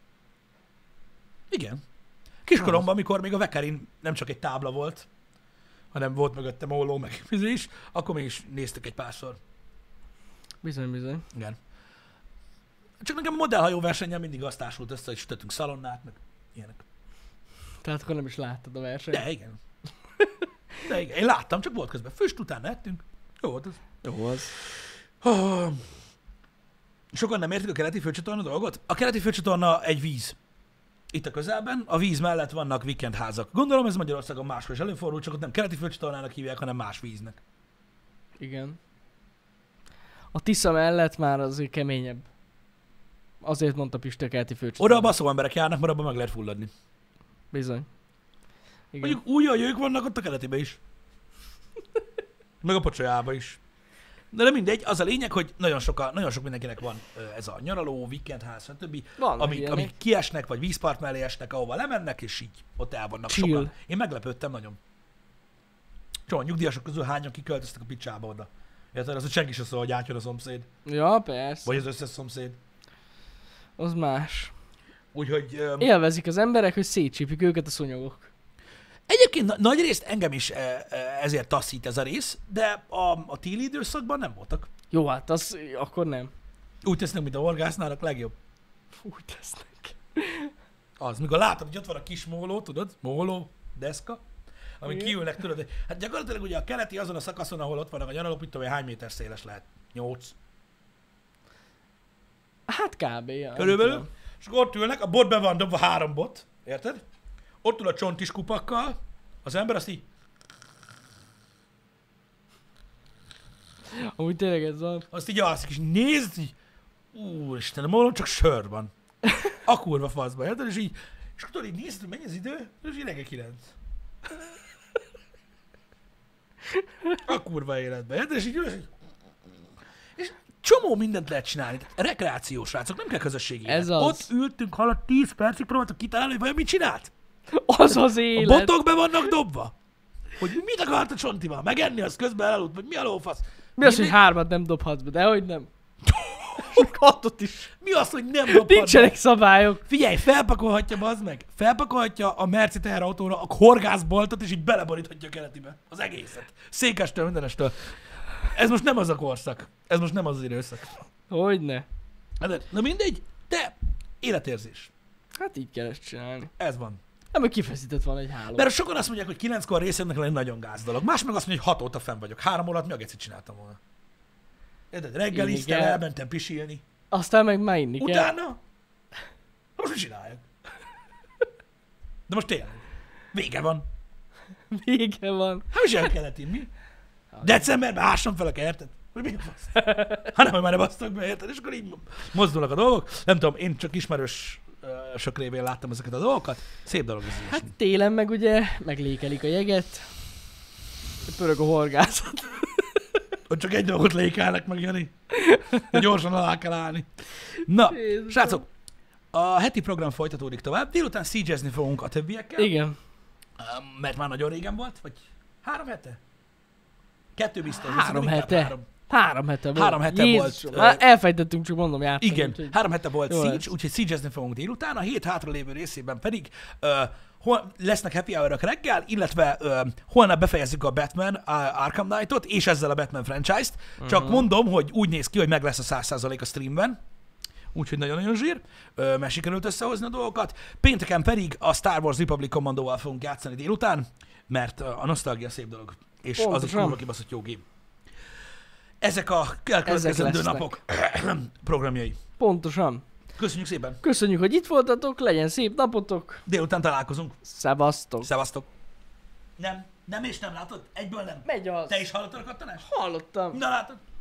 Igen. Kiskoromban, amikor még a Vekerin nem csak egy tábla volt, hanem volt mögötte móló, meg is, akkor mi is néztük egy párszor. Bizony. Igen. Csak nekem a modellhajó versennyel mindig azt társult össze, hogy sütöttünk szalonnát, meg ilyenek. Tehát akkor nem is láttad a versenyt. De igen. De igen. Én láttam, csak volt közben. Füst utána ettünk. Jó volt az. Jó az. Sokan nem értik a keleti főcsatorna dolgot? A keleti főcsatorna egy víz. Itt a közelben, a víz mellett vannak weekendházak. Gondolom ez Magyarországon máshol is előfordul, csak ott nem keleti főcsatornának hívják, hanem más víznek. Igen. A Tisza mellett már azért keményebb. Azért mondta Pista keleti főcsatorna. Oda a baszó emberek járnak, mert abban meg lehet fulladni. Bizony. Igen. Mondjuk új ők vannak ott a keletibe is. Meg a pocsolyába is. De nem mindegy, az a lényeg, hogy nagyon sok mindenkinek van ez a nyaraló, weekendház, stb. Vannak Amik kiesnek, vagy vízpart mellé esnek, ahova lemennek, és így ott el vannak Chill. sokan. Én meglepődtem nagyon. Csomó nyugdíjasok közül hányan kiköltöztek a picsába oda. Érted? Az, hogy senki sem szól, hogy átjön a szomszéd. Ja, persze. Vagy az összes szomszéd. Az más. Úgyhogy Élvezik az emberek, hogy szétcsípik őket a szúnyogok. egyébként nagy részt engem is ezért taszít ez a rész, de a téli időszakban nem voltak. Jó, hát az akkor nem. Úgy tesznek, mint a horgásználnak, legjobb. Úgy tesznek. Az, mikor látod, hogy ott van a kis móló, tudod? Móló, deszka, amin Igen. kiülnek, tudod, hát gyakorlatilag ugye a keleti azon a szakaszon, ahol ott vannak a nyaralók, mit tudom én, hány méter széles lehet? 8. Hát kb. Ja, Körülbelül. És akkor ott ülnek, a bot be van dobva 3 bot, érted? Ott ül a csontis kupakkal, az ember azt így, Amúgy tényleg ez van. azt így alszik, és nézd, így, úristen, a mólón csak sör van. A kurva faszba, érted? És így, és akkor tudod, így nézd, hogy mennyi az idő, és így reggel 9. A kurva életben, érted? És így ülsz, és csomó mindent lehet csinálni. Tehát rekreációs srácok, nem kell közösségi élet. Ez az. Ott ültünk, hallott 10 percig, próbáltuk kitalálni, hogy vajon mit csinált. Az az A élet. botok be vannak dobva. Hogy mit akart a csontival? Megenni, az közben elaludt, vagy mi a lófasz? Mi az, hogy 3-at nem dobhatsz be? Dehogy nem. 6-ot is. Mi az, hogy nem dobhat? Nincsenek szabályok. Figyelj, felpakolhatja, bazd meg. Felpakolhatja a Merci teherautóra a horgászboltot, és így beleboríthatja a keletibe. Az egészet. Székestől, mindenestől. Ez most nem az a korszak. Ez most nem az az időszak. Hogyne. Na mindegy, de életérzés. Hát így kell ezt csinálni. Ez van. Nem, hogy kifeszített van egy háló. Mert sokan azt mondják, hogy 9-kor részemnek lenni nagyon gáz dolog. Más meg azt mondja, hogy 6 óta fenn vagyok. 3 órát mi a gecit csináltam volna. Érted? Reggeliztem, Igen. elmentem pisilni. Aztán meg már inni kell. Utána? Most mit csináljak? De most tényleg. Vége van. Vége van. Hát is el kellett inni. Decemberben ássam fel a kertet. Hogy mi a fasz? Hanem, hogy már ne basztak be, érted? És akkor így mozdulnak a dolgok. Nem tudom, én csak ismerős sok révén láttam ezeket a dolgokat. Szép dolog ez Hát is. télen meg ugye meglékelik a jeget. Pörög a horgászat. Ott csak egy dolgot lékelnek meg, Jani. De gyorsan alá kell állni. Na, Jézusom. srácok, a heti program folytatódik tovább. Délután szígyezni fogunk a többiekkel. Igen. Mert már nagyon régen volt, vagy 3 hete? 2 biztos. 3 inkább hete. 3. 3 hete volt. 3 hete Jézusom, volt, Már elfejtettünk, csak mondom, játszani. Igen, úgyhogy- 3 hete volt Jó Siege, lesz. úgyhogy szígyezni fogunk délután. A hét hátralévő részében pedig lesznek happy hour reggel, illetve holnap befejezzük a Batman Arkham Knight-ot, és ezzel a Batman franchise-t. Csak mondom, hogy úgy néz ki, hogy meg lesz a 100% a streamben. Úgyhogy nagyon-nagyon zsír, mert sikerült összehozni a dolgokat. Pénteken pedig a Star Wars Republic Commando-val fogunk játszani délután, mert a nosztalgia szép dolog, és az egy Pontosan. kurva kibaszott jó game. Ezek a elkövetkezendő lesznek. napok programjai. Pontosan. Köszönjük szépen! Köszönjük, hogy itt voltatok, legyen szép napotok. Délután találkozunk. Szevasztok. Szevasztok! Nem és nem látod? Egyből nem. Megy az. Te is hallottad a kattanást? Hallottam. Na látod?